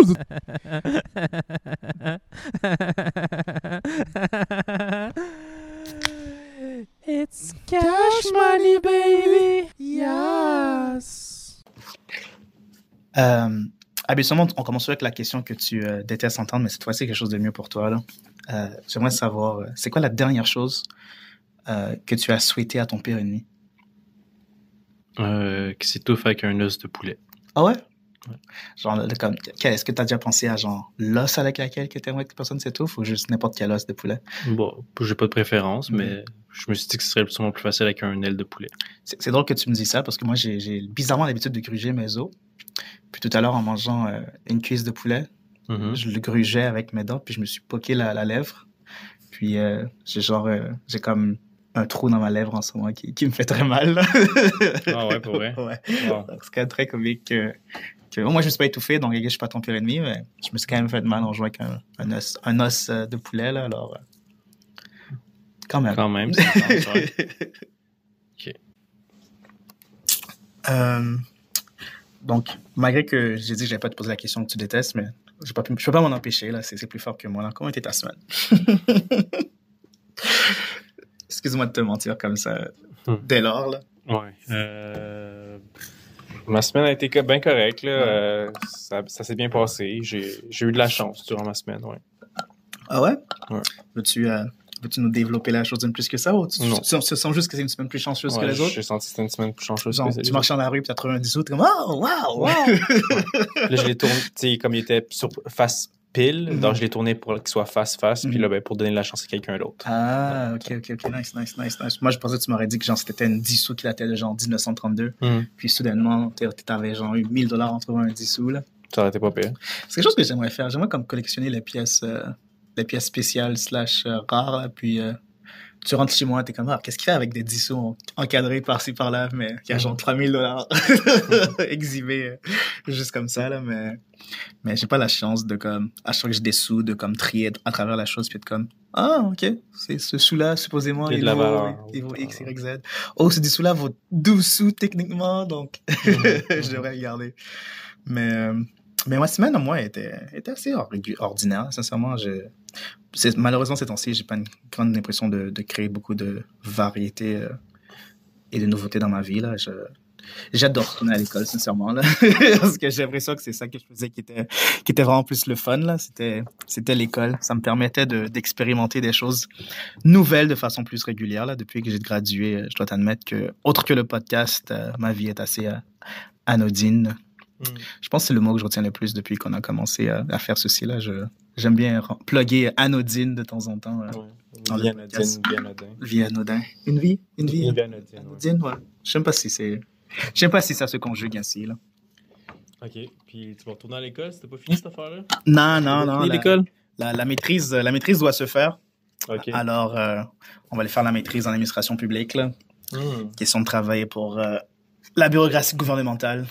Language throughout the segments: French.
It's cash money, baby. Yes. Habituellement, on commence avec la question que tu détestes entendre, mais cette fois-ci, quelque chose de mieux pour toi. Là. J'aimerais savoir, c'est quoi la dernière chose que tu as souhaité à ton pire ennemi? Qui s'étouffe avec un os de poulet. Ah ouais? Genre, comme, est-ce que tu as déjà pensé à genre l'os avec laquelle tu aimerais que la personne s'étouffe ou juste n'importe quel os de poulet? Bon, j'ai pas de préférence, mais je me suis dit que ce serait sûrement plus facile avec un aile de poulet. C'est drôle que tu me dis ça parce que moi, j'ai bizarrement l'habitude de gruger mes os. Puis tout à l'heure, en mangeant une cuisse de poulet, je le grugeais avec mes dents, puis je me suis poqué la lèvre. Puis j'ai comme un trou dans ma lèvre en ce moment qui me fait très mal. Là. Ah ouais, pour vrai? Ouais. Wow. Donc, c'est quand même très comique que moi, je me suis pas étouffé, donc je suis pas ton pire ennemi, mais je me suis quand même fait mal en jouant avec un os de poulet, là, alors... Quand même. Quand même, c'est intense, ouais. OK. Donc, malgré que j'ai dit que j'allais pas te poser la question que tu détestes, mais je peux pas m'en empêcher, là, c'est plus fort que moi. Là. Comment était ta semaine? Excuse-moi de te mentir comme ça, dès lors, là. Ouais. Ma semaine a été bien correcte, là. Ça s'est bien passé. J'ai eu de la chance durant ma semaine, ouais. Ah ouais? Ouais. Veux-tu nous développer la chose d'une plus que ça ou tu sens juste que c'est une semaine plus chanceuse que les autres? J'ai senti que c'était une semaine plus chanceuse genre, que les tu marches dans la rue et t'as trouvé un 10 sous, t'es comme « Oh, wow! » Là, je l'ai tourné, tu sais, comme il était sur face pile, donc je l'ai tourné pour qu'il soit face-face, puis là, ben, pour donner la chance à quelqu'un d'autre. Ah, ok, nice. Moi, je pensais que tu m'aurais dit que genre c'était une 10 sous qui datait de genre 1932, puis soudainement, t'avais genre eu 1000 $ en trouvant un 10 sous, là. Ça aurait été pas pire. C'est quelque chose que j'aimerais faire. J'aimerais comme collectionner les pièces spéciales / rares, là, puis tu rentres chez moi, t'es comme, qu'est-ce qu'il fait avec des 10 sous encadrés par-ci par-là, mais il y a genre 3000 $ exhibés juste comme ça, là, mais j'ai pas la chance de comme, à chaque fois que j'ai des sous, de comme trier à travers la chose, puis de comme, ok, c'est ce sou-là, supposément, il vaut X, Y, Z. Oh, ce 10 sous-là vaut 12 sous techniquement, donc je devrais le garder. Mais ma semaine, moi, était assez ordinaire, sincèrement. Malheureusement, ces temps-ci, j'ai pas une grande impression de créer beaucoup de variété et de nouveautés dans ma vie, là. J'adore retourner à l'école, sincèrement, là. Parce que j'ai l'impression que c'est ça que je faisais qui était vraiment plus le fun, là. C'était l'école. Ça me permettait d'expérimenter des choses nouvelles de façon plus régulière, là. Depuis que j'ai gradué, je dois t'admettre que, autre que le podcast, ma vie est assez anodine. Je pense que c'est le mot que je retiens le plus depuis qu'on a commencé à faire ceci, là. J'aime bien plugger anodine de temps en temps. Vie anodine. Une vie anodine, ouais. Je sais pas si ça se conjugue ainsi, là. OK. Puis tu vas retourner à l'école? C'était pas fini, cette affaire-là? Non. Fini l'école? La maîtrise doit se faire. OK. Alors, on va aller faire la maîtrise en administration publique, là. Question de travailler pour la bureaucratie gouvernementale.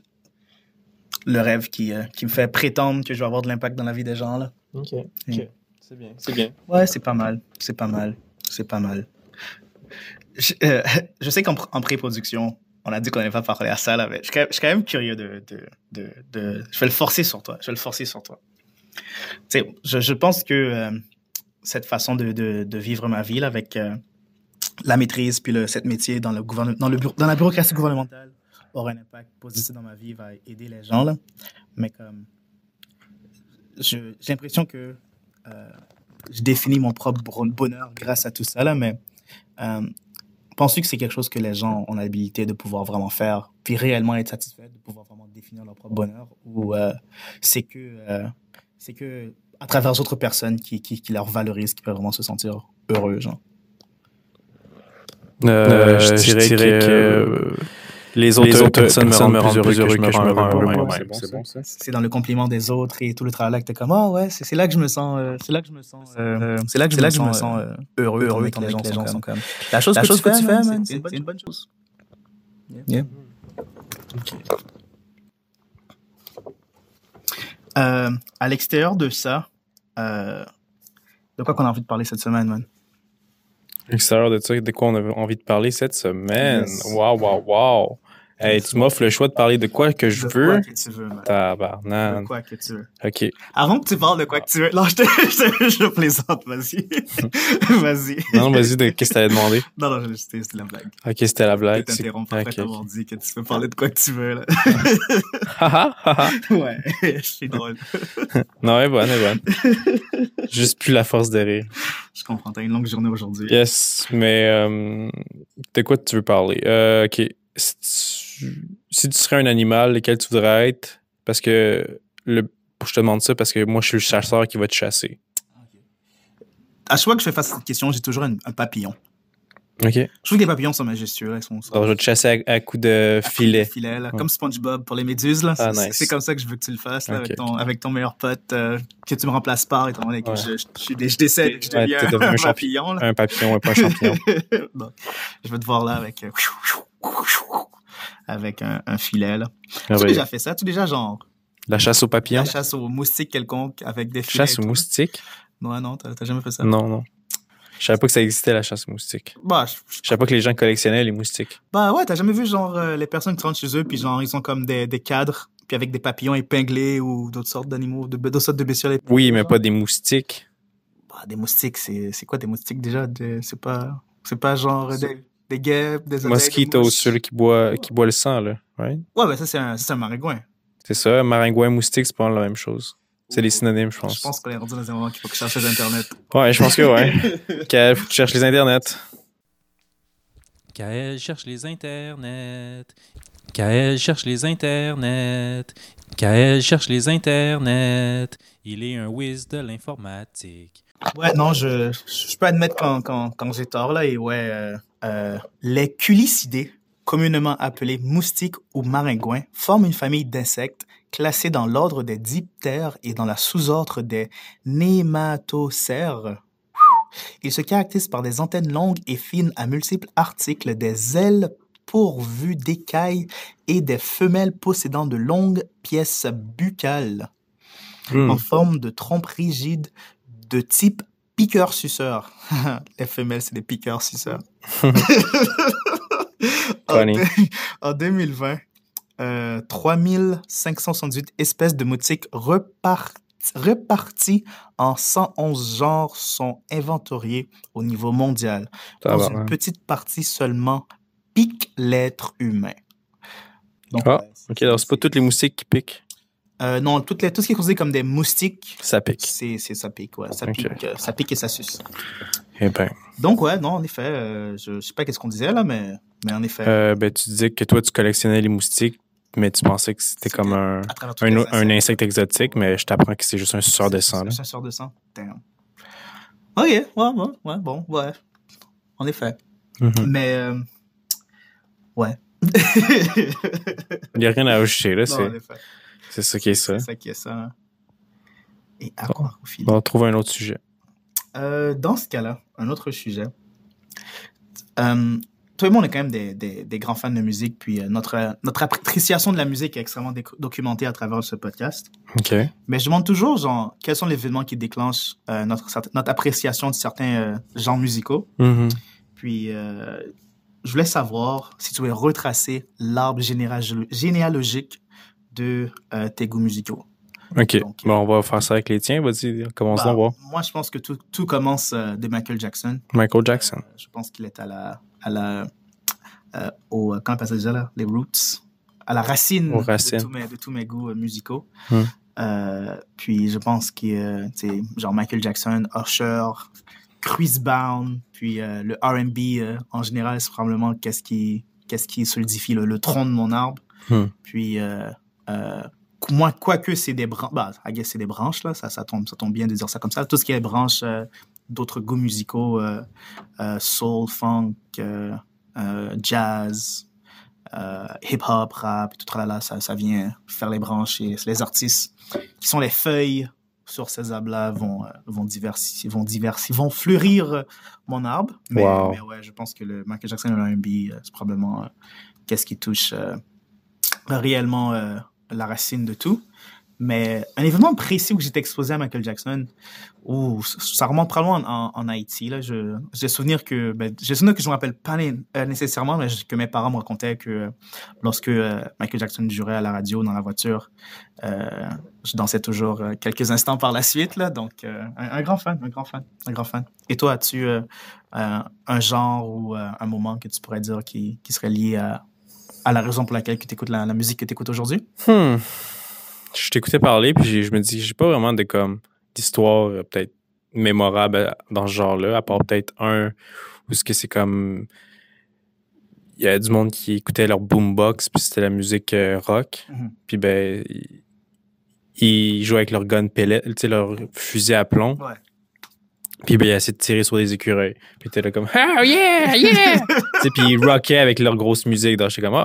Le rêve qui me fait prétendre que je vais avoir de l'impact dans la vie des gens, là. OK. C'est bien. Ouais, c'est pas mal. Je sais qu'en pré-production, on a dit qu'on n'allait pas parler à ça, là, mais je suis quand même curieux je vais le forcer sur toi. Tu sais, je pense que cette façon de vivre ma vie, là, avec la maîtrise puis cette métier dans la bureaucratie gouvernementale, aura un impact positif dans ma vie, va aider les gens, là. Mais comme, j'ai l'impression que je définis mon propre bonheur grâce à tout ça, là, mais penses-tu que c'est quelque chose que les gens ont l'habilité de pouvoir vraiment faire, puis réellement être satisfaits, de pouvoir vraiment définir leur propre bonheur, ou c'est que à travers d'autres personnes qui leur valorisent, qui peuvent vraiment se sentir heureux, genre? Je dirais que les autres personnes me rendent plus heureux que je me rends heureux. C'est bon, ça. C'est dans le compliment des autres et tout le travail que t'es comme, ouais, c'est là que je me sens, heureux quand les gens sont comme. La chose que tu fais, man, c'est une bonne chose. Yeah. Okay. À l'extérieur de ça, de quoi qu'on a envie de parler cette semaine, man? À l'extérieur de ça, de quoi on a envie de parler cette semaine? Yes. Wow. Hey, tu m'offres le choix de parler de quoi que je De veux. quoi que tu veux, man. Tabarnak. De quoi que tu veux. OK. Avant que tu parles de quoi que tu veux. Non, je plaisante, vas-y. Vas-y. Non, vas-y, qu'est-ce que t'allais demander? Non, c'était la blague. OK, c'était la Je blague. t'interromps après t'avoir dit que tu peux parler de quoi que tu veux, là. Haha, haha. Ouais, je suis drôle. Non, elle est bonne. Juste plus la force de rire. Je comprends, t'as une longue journée aujourd'hui. Yes, mais de quoi tu veux parler? OK. Si tu serais un animal, lequel tu voudrais être? Parce que je te demande ça parce que moi, je suis le chasseur qui va te chasser. À chaque fois que je fais face à cette question, j'ai toujours un papillon. OK. Je trouve que les papillons sont majestueux. Là. Alors, je vais te chasser à coups de filet. Filet là. Ouais. Comme SpongeBob pour les méduses. Là. Ah, C'est, nice. c'est comme ça que je veux que tu le fasses là, Ok. avec ton meilleur pote que tu me remplaces par, étant donné que Ouais. je décède et que je Ouais, deviens t'es devenu un un papillon. Là. Un papillon et pas un champignon. Donc, je vais te voir là avec un filet. Là. Ah, Tu as ouais. déjà fait ça? Tu as déjà genre La chasse aux papillons? la chasse aux moustiques quelconque avec des filets? Chasse aux et tout, là? moustiques? Non, t'as jamais fait ça? Non. Je savais pas que ça existait, la chasse aux moustiques. Bah, Je savais pas que les gens collectionnaient les moustiques. bah ouais, t'as jamais vu genre les personnes qui rentrent chez eux puis genre ils ont comme des cadres puis avec des papillons épinglés ou d'autres sortes d'animaux, d'autres sortes de bestioles épinglées. Oui, mais pas des moustiques. Bah, des moustiques, c'est quoi des moustiques déjà? C'est pas genre des guêpes, des abeilles, des Mosquitos, mouches. celui qui boit le sang, là. Right? Ouais, ben ça c'est un maringouin. C'est ça, maringouin, moustique, c'est pas la même chose. C'est des synonymes, je pense. Je pense qu'on est rendu dans un moment qu'il faut que je cherche sur Internet. Ouais, je pense que ouais. Kael, faut que tu cherches les internets. Kael cherche les internets. Kael cherche les internets. Kael cherche les internets. Il est un whiz de l'informatique. Ouais, non, je peux admettre quand j'ai tort, là, et ouais, les culicidés, communément appelés moustiques ou maringouins, forment une famille d'insectes classés dans l'ordre des diptères et dans la sous-ordre des nématocères. Ils se caractérisent par des antennes longues et fines à multiples articles, des ailes pourvues d'écailles et des femelles possédant de longues pièces buccales en forme de trompe rigide de type piqueur-suceur. Les femelles, c'est des piqueurs-suceurs. Funny. En 2020, 3578 espèces de moustiques reparties en 111 genres sont inventoriées au niveau mondial. Dans une Tabarnak. petite partie seulement pique l'être humain. Donc, Ah, OK, alors c'est pas tous les moustiques qui piquent. non, tout ce qui est considéré comme des moustiques, Ça pique. ça pique, ouais. Ça Ok. pique, ça pique et ça suce. Eh ben, Donc, ouais, non, en effet, je sais pas qu'est-ce qu'on disait là, mais en effet, ben, tu disais que toi, tu collectionnais les moustiques, mais tu pensais que c'était comme un, à travers toutes les un insecte exotique, mais je t'apprends que c'est juste un suceur de sang. Là. C'est un suceur de sang. Damn. Ok, ouais, bon, ouais. En effet. Mhm. Mais, ouais. Il n'y a rien à ajouter, là. Non, en effet. C'est ça qui est ça. C'est ça qui est ça. Hein. Et à quoi au fil? On va trouver un autre sujet. Dans ce cas-là, un autre sujet. Toi et moi, on est quand même des grands fans de musique, puis notre appréciation de la musique est extrêmement documentée à travers ce podcast. OK. Mais je demande toujours, genre, quels sont les événements qui déclenchent notre appréciation de certains genres musicaux. Mhm. Puis, je voulais savoir si tu pouvais retracer l'arbre généalogique de tes goûts musicaux. OK. Donc, Bon, on va faire ça avec les tiens. Vas-y, commençons à voir. moi, je pense que tout commence de Michael Jackson. Michael Jackson. Je pense qu'il est comment on appelle ça déjà là? Les roots. À la racine, Aux racines. de tous mes goûts musicaux. Hmm. Puis je pense que c'est genre Michael Jackson, Usher, Chris Brown, puis le R&B en général, c'est probablement qu'est-ce qui solidifie le tronc de mon arbre. Puis moi, quoique c'est des branches, I guess c'est des branches là, ça tombe bien de dire ça comme ça. Tout ce qui est branches d'autres goûts musicaux, soul, funk, jazz, hip-hop, rap, et tout tralala, ça vient faire les branches et les artistes qui sont les feuilles sur ces arbres-là vont fleurir mon arbre. Mais ouais, je pense que le Michael Jackson et le R&B, c'est probablement qu'est-ce qui touche réellement la racine de tout. Mais un événement précis où j'étais exposé à Michael Jackson, ça remonte probablement en Haïti. Là. J'ai souvenir que je me rappelle pas nécessairement, mais que mes parents me racontaient que lorsque Michael Jackson jurait à la radio dans la voiture, je dansais toujours quelques instants par la suite. Là, donc, un grand fan. Et toi, as-tu un genre ou un moment que tu pourrais dire qui serait lié à la raison pour laquelle tu écoutes la musique que tu écoutes aujourd'hui? Je t'écoutais parler, puis je me dis, j'ai pas vraiment d'histoire peut-être mémorable dans ce genre-là, à part peut-être un où c'est comme. Il y a du monde qui écoutait leur boombox, puis c'était la musique rock. Mhm. Puis ils jouaient avec leur gun pellet, tu sais, leur fusil à plomb. Ouais. Puis ils essayaient de tirer sur des écureuils. Puis t'es là comme, oh yeah, yeah! Tu sais, puis ils rockaient avec leur grosse musique. Donc j'étais comme,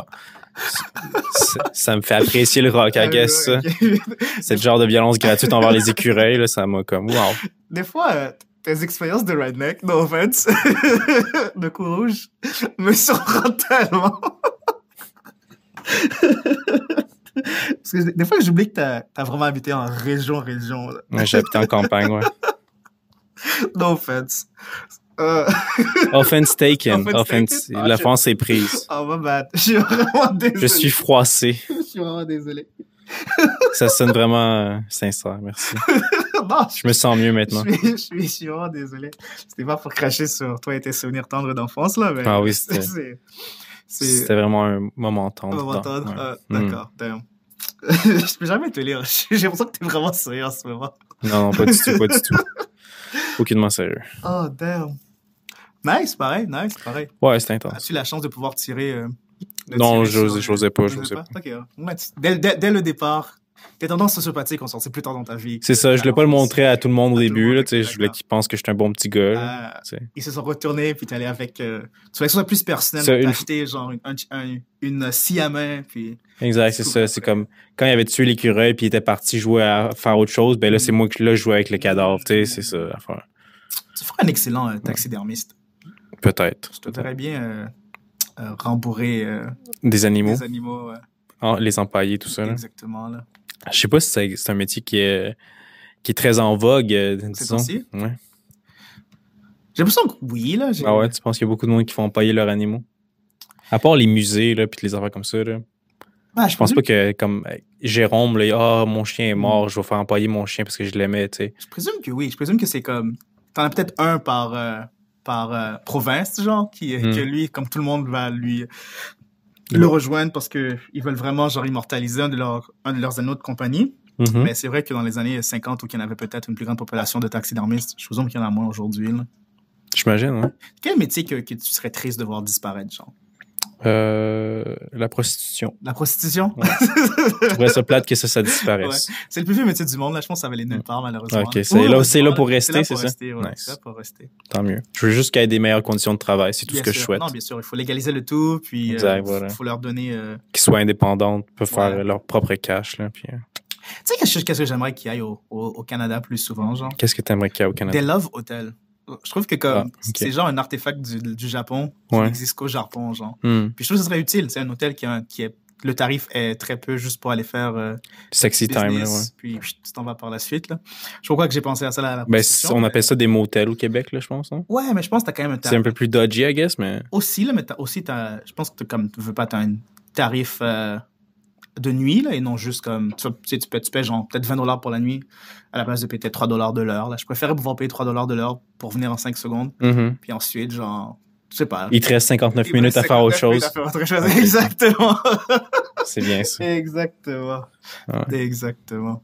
ça me fait apprécier le rock, I guess, ça. C'est le genre de violence gratuite envers les écureuils, là, ça m'a comme, wow. Des fois, tes expériences de redneck, no offense, de cou rouge, me surprennent tellement. Parce que des fois, j'oublie que t'as vraiment habité en région. Là. Ouais, j'ai habité en campagne, ouais. No offense. Offense taken. La France est prise. Oh, my bad. Je suis vraiment désolé. Je suis froissé. Je suis vraiment désolé. Ça sonne vraiment sincère, merci. Non, je me sens mieux maintenant. Je suis vraiment désolé. C'était pas pour cracher sur toi et tes souvenirs tendres d'enfance, là. Mais ah oui, c'était vraiment un moment tendre. Un moment tendre? Ouais. D'accord, damn. Je peux jamais te lire. J'ai l'impression que t'es vraiment sérieux en ce moment. Non, pas du tout. Aucunement sérieux. Oh, damn. Nice, pareil. Ouais, c'est intense. As-tu la chance de pouvoir tirer... non, j'osais pas. Ok. Ouais, dès le départ, tes tendances sociopathiques ont sorti plus tard dans ta vie. C'est ça, je voulais pas le montrer à tout le monde au début. Là, je voulais qu'ils pensent que j'étais un bon petit gars. Ils se sont retournés, puis t'es allé avec... tu voulais que ce soit plus personnel, t'as acheté genre une scie à main, puis... Exact, c'est ça. C'est comme quand il avait tué l'écureuil, puis il était parti jouer à faire autre chose, ben là, c'est moi qui jouais avec le cadavre. C'est ça l'affaire. Tu ferais un excellent taxidermiste. Peut-être. Je te devrais bien rembourrer des animaux. Des animaux, les empailler, tout ça. Là. Exactement, là. Je sais pas si c'est un métier qui est très en vogue, disons. C'est ouais. J'ai l'impression que oui, là. Ah ouais, tu penses qu'il y a beaucoup de monde qui font empailler leurs animaux? À part les musées, là, puis les affaires comme ça, là. Je pense pas que, comme Jérôme, là, mon chien est mort, je vais faire empailler mon chien parce que je l'aimais, tu sais. Je présume que oui. Je présume que c'est comme... T'en as peut-être un par province, genre, que lui, comme tout le monde, va le rejoindre parce que ils veulent vraiment, genre, immortaliser un de leurs animaux de compagnie. Mm-hmm. Mais c'est vrai que dans les années 50, où il y en avait peut-être une plus grande population de taxidermistes, je présume qu'il y en a moins aujourd'hui, là. J'imagine, ouais. Quel métier que tu serais triste de voir disparaître, genre? La prostitution. La prostitution? Ouais. Je trouverais ça plate que ça disparaisse. Ouais. C'est le plus vieux métier du monde, là. Je pense que ça va aller nulle part, malheureusement. OK, c'est là pour rester, c'est ça? Ouais, nice. c'est là pour rester. Tant mieux. Je veux juste qu'il y ait des meilleures conditions de travail, c'est tout ce que je souhaite. Non, bien sûr, il faut légaliser le tout, puis il faut leur donner... Qu'ils soient indépendants, peuvent faire leur propre cash, là, puis... Tu sais, qu'est-ce que j'aimerais qu'il y ait au Canada plus souvent, genre? Qu'est-ce que t'aimerais qu'il y ait au Canada? Des love hotels. Je trouve que c'est genre un artefact du Japon qui n'existe qu'au Japon, genre. Puis je trouve que ce serait utile. C'est un hôtel qui est le tarif est très peu juste pour aller faire sexy business, time, là, ouais. Puis tu t'en vas par la suite, là. Je crois que j'ai pensé à ça là, à la on appelle ça des motels au Québec, là, je pense. Hein? Ouais, mais je pense que t'as quand même un tarif. C'est un peu plus dodgy, I guess, mais... Aussi, là, mais je pense que comme tu veux pas, t'as un tarif de nuit, là, et non juste comme, tu payes genre peut-être $20 pour la nuit à la place de payer peut-être $3 de l'heure. Là. Je préférais pouvoir payer $3 de l'heure pour venir en 5 secondes. Mm-hmm. Puis ensuite, genre, je sais pas. Il te reste 59 minutes à faire autre chose. Exactement. C'est bien ça. Exactement. Ouais. Exactement.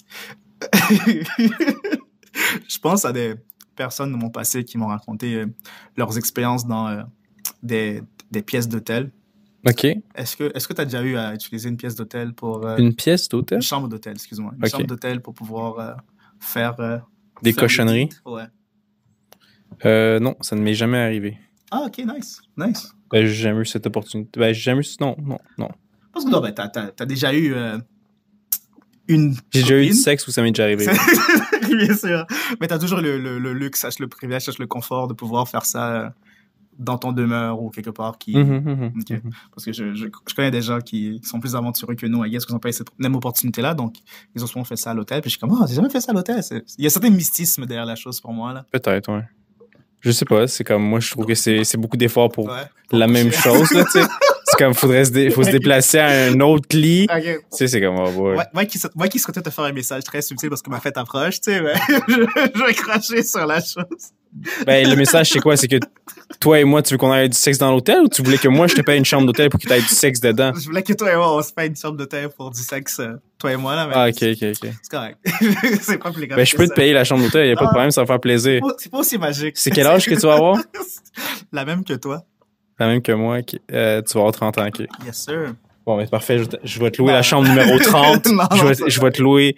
Je pense à des personnes de mon passé qui m'ont raconté leurs expériences dans des pièces d'hôtel. OK. Est-ce que tu as déjà eu à utiliser une pièce d'hôtel pour... une pièce d'hôtel? Une chambre d'hôtel, excuse-moi. Une chambre d'hôtel pour pouvoir faire... des cochonneries? Ouais. Non, ça ne m'est jamais arrivé. Ah, OK, nice. Nice. J'ai jamais eu cette opportunité. J'ai jamais eu... Non. Parce que non, t'as déjà eu une... J'ai déjà eu du sexe où ça m'est déjà arrivé. Bien sûr. Mais t'as toujours le luxe, le privilège, le confort de pouvoir faire ça dans ton demeure ou quelque part qui... Ok. Parce que je connais des gens qui sont plus aventureux que nous, I guess, qu'ils n'ont pas eu cette même opportunité-là, donc ils ont souvent fait ça à l'hôtel, puis je suis comme, j'ai jamais fait ça à l'hôtel. Il y a un certain mysticisme derrière la chose pour moi, là. Peut-être, ouais. Je sais pas, c'est comme, moi, je trouve que c'est beaucoup d'efforts pour la coucher. même chose, là, tu sais. C'est comme, faut se déplacer à un autre lit. Okay. Tu sais, c'est comme, Moi qui serait peut-être te faire un message très subtil parce que ma fête approche, tu sais, mais je vais cracher sur la chose. Ben, le message, c'est quoi? C'est que toi et moi, tu veux qu'on ait du sexe dans l'hôtel ou tu voulais que moi, je te paye une chambre d'hôtel pour que tu aies du sexe dedans? Je voulais que toi et moi, on se paye une chambre d'hôtel pour du sexe, toi et moi, là. Mais ok. C'est correct. C'est pas plus grave. Ben, je peux te payer la chambre d'hôtel, y a pas de problème, ça va faire plaisir. C'est pas aussi magique. C'est quel âge que tu vas avoir? La même que toi. La même que moi, tu vas avoir 30 ans, ok. Yes, sir. Bon, mais parfait, je vais te louer la chambre numéro 30. Je vais te louer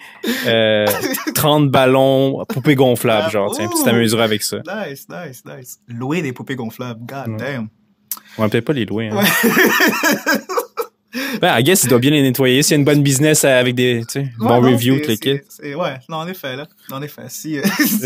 30 ballons, poupées gonflables, genre, tiens, puis tu t'amuseras avec ça. Nice. Louer des poupées gonflables, god damn. On va peut-être pas les louer, hein. Ben, I guess, il doit bien les nettoyer. S'il y a une bonne business avec des, tu sais, bons reviews, les kids. Ouais, non, en effet, là. En effet, si...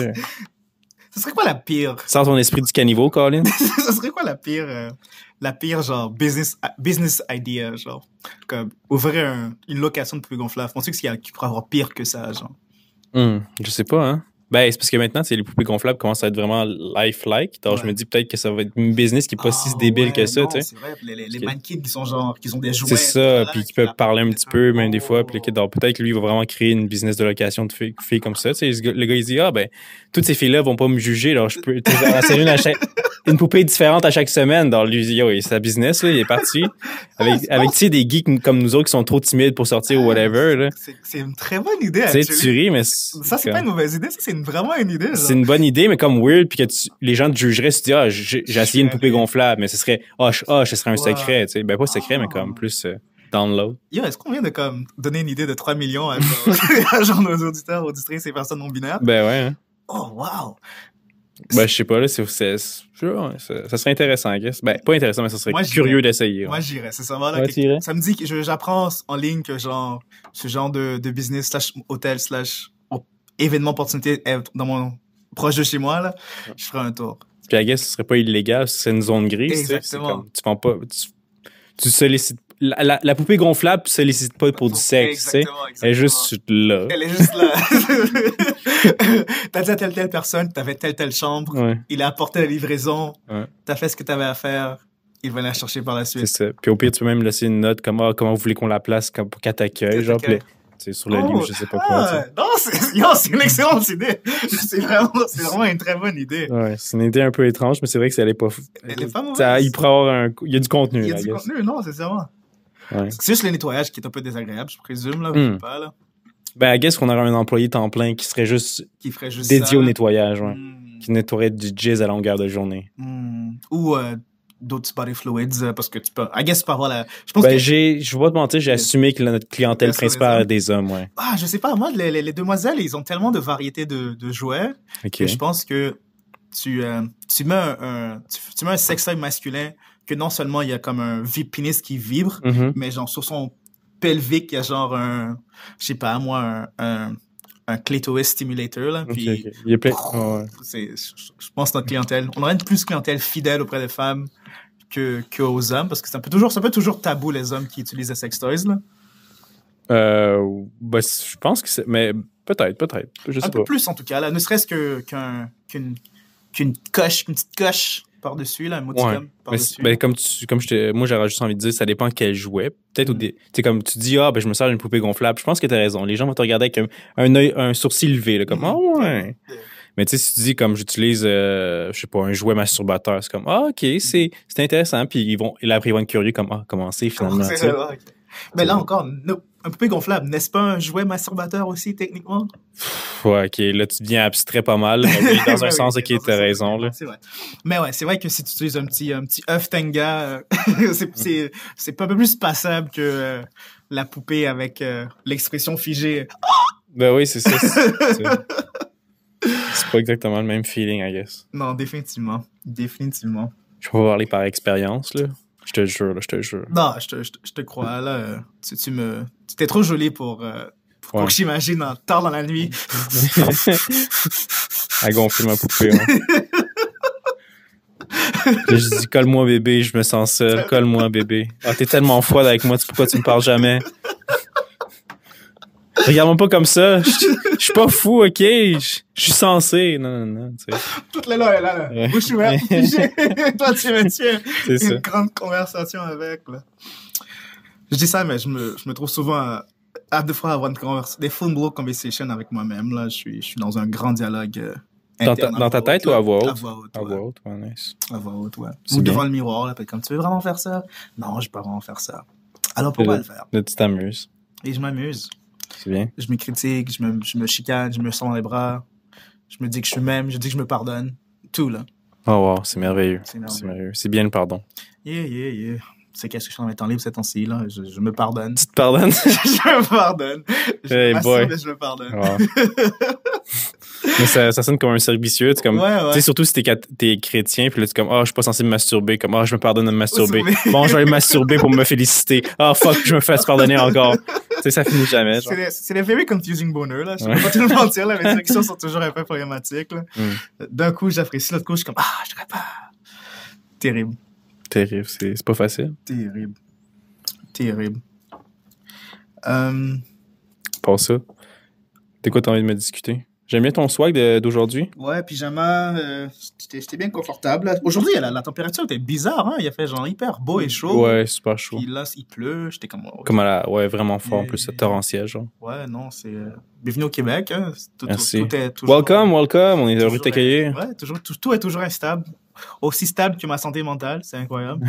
Ce serait quoi la pire? Sors ton esprit du caniveau, Colin. Ce serait quoi la pire, genre, business idea, genre? Comme, ouvrir une location de poupées gonflables. Penses-tu qu'il pourrait avoir pire que ça, genre? Je sais pas, hein. Ben, c'est parce que maintenant, les poupées gonflables commencent à être vraiment lifelike. Donc, je me dis peut-être que ça va être une business qui est pas si débile que ça, tu sais. C'est vrai, les mannequins qui sont genre, qui ont des jouets. C'est ça, puis qui peuvent parler un petit peu, même des fois. Puis donc, peut-être que lui, il va vraiment créer une business de location de filles comme ça. Tu sais, le gars, il dit, toutes ces filles-là vont pas me juger, alors je peux essayer une poupée différente à chaque semaine. Dans lui, c'est sa business, là, il est parti. Avec tu sais, des geeks comme nous autres qui sont trop timides pour sortir ou whatever, là. C'est une très bonne idée, tu sais, tu ris, mais ça, c'est pas une mauvaise idée, ça, c'est vraiment une idée, genre. C'est une bonne idée, mais comme weird, puis que les gens te jugeraient si tu dis, j'ai essayé une poupée gonflable, mais ce serait, ce serait un secret, tu sais. Ben, pas secret, mais comme plus download. Yo, est-ce qu'on vient de comme donner une idée de 3 millions à genre nos auditeurs, auditrices et personnes non binaires? Ben ouais, hein. Oh, wow! Ben, je sais pas, là, ça serait intéressant, I guess. Ben, pas intéressant, mais ça serait curieux d'essayer. Moi, j'irais, c'est ça. Voilà, ouais, ça me dit que j'apprends en ligne que genre, ce genre de business / hôtel / événement opportunité dans mon proche de chez moi, là, je ferai un tour. Puis, I guess, ce serait pas illégal, c'est une zone grise. Exactement. Tu vends pas, tu sollicites, la poupée gonflable, tu sollicites pas pour du sexe, tu sais. Elle est juste là. T'as dit à telle personne que t'avais telle chambre. Ouais. Il a apporté la livraison. Ouais. T'as fait ce que t'avais à faire. Il va la chercher par la suite. C'est ça. Puis au pire, tu peux même laisser une note comme, comment vous voulez qu'on la place pour qu'elle t'accueille, genre, c'est sur le livre, je sais pas quoi. Non, c'est une excellente idée. C'est vraiment une très bonne idée. Ouais, c'est une idée un peu étrange, mais c'est vrai que elle est pas... Elle est pas mauvaise. Il pourrait avoir il y a du contenu, Il y a du contenu, non, c'est sûrement. Ouais. C'est juste le nettoyage qui est un peu désagréable, je présume, là. Je sais pas, là. Ben, I guess qu'on aurait un employé temps plein qui ferait juste dédié ça, au nettoyage, ouais. Qui nettoierait du jizz à longueur de journée. Ou d'autres body fluids, parce que tu peux... I guess tu peux avoir la... Je pense je vais pas te mentir, j'ai assumé que notre clientèle principale est des hommes, ouais. Ah, je sais pas, moi, les demoiselles, ils ont tellement de variétés de jouets que je pense que tu mets un sextoy masculin que non seulement il y a comme un pénis qui vibre, mais genre sur son pelvique, il y a genre je sais pas, moi, un clitoris stimulator, là. Puis, okay. Il y a plein... je pense que notre clientèle, on aurait une plus clientèle fidèle auprès des femmes qu'aux hommes, parce que ça peut toujours tabou, les hommes qui utilisent les sextoys, là. Je pense que c'est... Mais peut-être. Je sais un peu plus, en tout cas, là. Ne serait-ce qu'une petite coche par-dessus, là, un modicum par-dessus. Ben, moi, j'aurais juste envie de dire, ça dépend quel jouet. Peut-être tu sais, comme tu dis, je me sers d'une poupée gonflable. Je pense que t'as raison. Les gens vont te regarder avec un sourcil levé, là, comme, ouais. Mais tu sais, si tu dis, comme j'utilise, je sais pas, un jouet masturbateur, c'est comme, ok, c'est intéressant. Puis ils vont être curieux, comme, comment c'est finalement. C'est ça, okay. Mais là encore, un poupée gonflable, n'est-ce pas un jouet masturbateur aussi, techniquement? Ouais, ok, là, tu deviens abstrait pas mal. Mais dans un sens, ok, t'as raison, là. C'est vrai. Mais ouais, c'est vrai que si tu utilises un petit œuf Tenga, c'est pas un peu plus passable que la poupée avec l'expression figée. Ben oui, c'est ça. C'est pas exactement le même feeling, I guess. Non, définitivement. Je peux pas parler par expérience, là. Je te jure. Non, je te crois, là. Tu t'es trop jolie pour que j'imagine tard dans la nuit. À gonfler ma poupée, ouais. Là, je dis, colle-moi, bébé, je me sens seul. Colle-moi, bébé. Ah, t'es tellement froide avec moi, pourquoi tu me parles jamais? Regarde-moi pas comme ça. Je suis pas fou, OK? Je suis censé. Non, tu sais. Toute la là. Ouais. Bouche ouverte. Toi, tu me tiens. C'est ça. Une grande conversation avec, là. Je dis ça, mais je me trouve souvent à deux fois avoir une conversation, des full blow conversations avec moi-même, là. Je suis dans un grand dialogue interne. Dans ta tête ou à voix haute? À voix haute, À ouais. voix haute, ouais, nice. À voix haute, ouais. C'est Ou bien. devant le miroir, là, peut-être comme, tu veux vraiment faire ça? Non, je peux pas vraiment faire ça. Alors, pourquoi le faire? Là, tu t'amuses. Et je m'amuse. C'est bien. Je me critique, je me chicane, je me sens dans les bras. Je me dis que je suis même, je dis que je me pardonne. Tout, là. Oh, wow, c'est merveilleux. C'est merveilleux. C'est merveilleux. C'est bien le pardon. Yeah. C'est qu'est-ce que je fais dans mes temps libres ces temps-ci, là. Je me pardonne. Tu te pardonnes? Je me pardonne. Je Hey m'assure, boy. mais je me pardonne. Wow. Mais ça sonne comme un cercle vicieux. Tu Ouais. sais, surtout si t'es chrétien, puis là, tu es comme, je suis pas censé me masturber. Comme, je me pardonne de me masturber. Masturber. Bon, je vais aller me masturber pour me féliciter. Fuck, je me fais pardonner encore. Tu sais, ça finit jamais. Genre. C'est des very confusing bonheur, là. Je Ouais. peux pas te le mentir, là. Mes réactions sont toujours un peu problématiques, là. Mm. D'un coup, j'apprécie. L'autre coup, je suis comme, je serais pas. Terrible. Terrible, c'est pas facile. Terrible. Pas ça. T'es quoi, t'as envie de me discuter? J'aime bien ton swag d'aujourd'hui. Ouais, pyjama, j'étais bien confortable. Là. Aujourd'hui, la température était bizarre, hein. Il a fait genre hyper beau et chaud. Ouais, super chaud. Puis là, il pleut. J'étais comme, Comme ouais, vraiment fort, en Yeah. plus, c'est torrentiel, genre. Ouais, non, c'est. Bienvenue au Québec, hein. Merci. Tout est toujours. Welcome, on est heureux de toujours- t'accueillir. Ouais, toujours, tout est toujours instable. Aussi stable que ma santé mentale, c'est incroyable.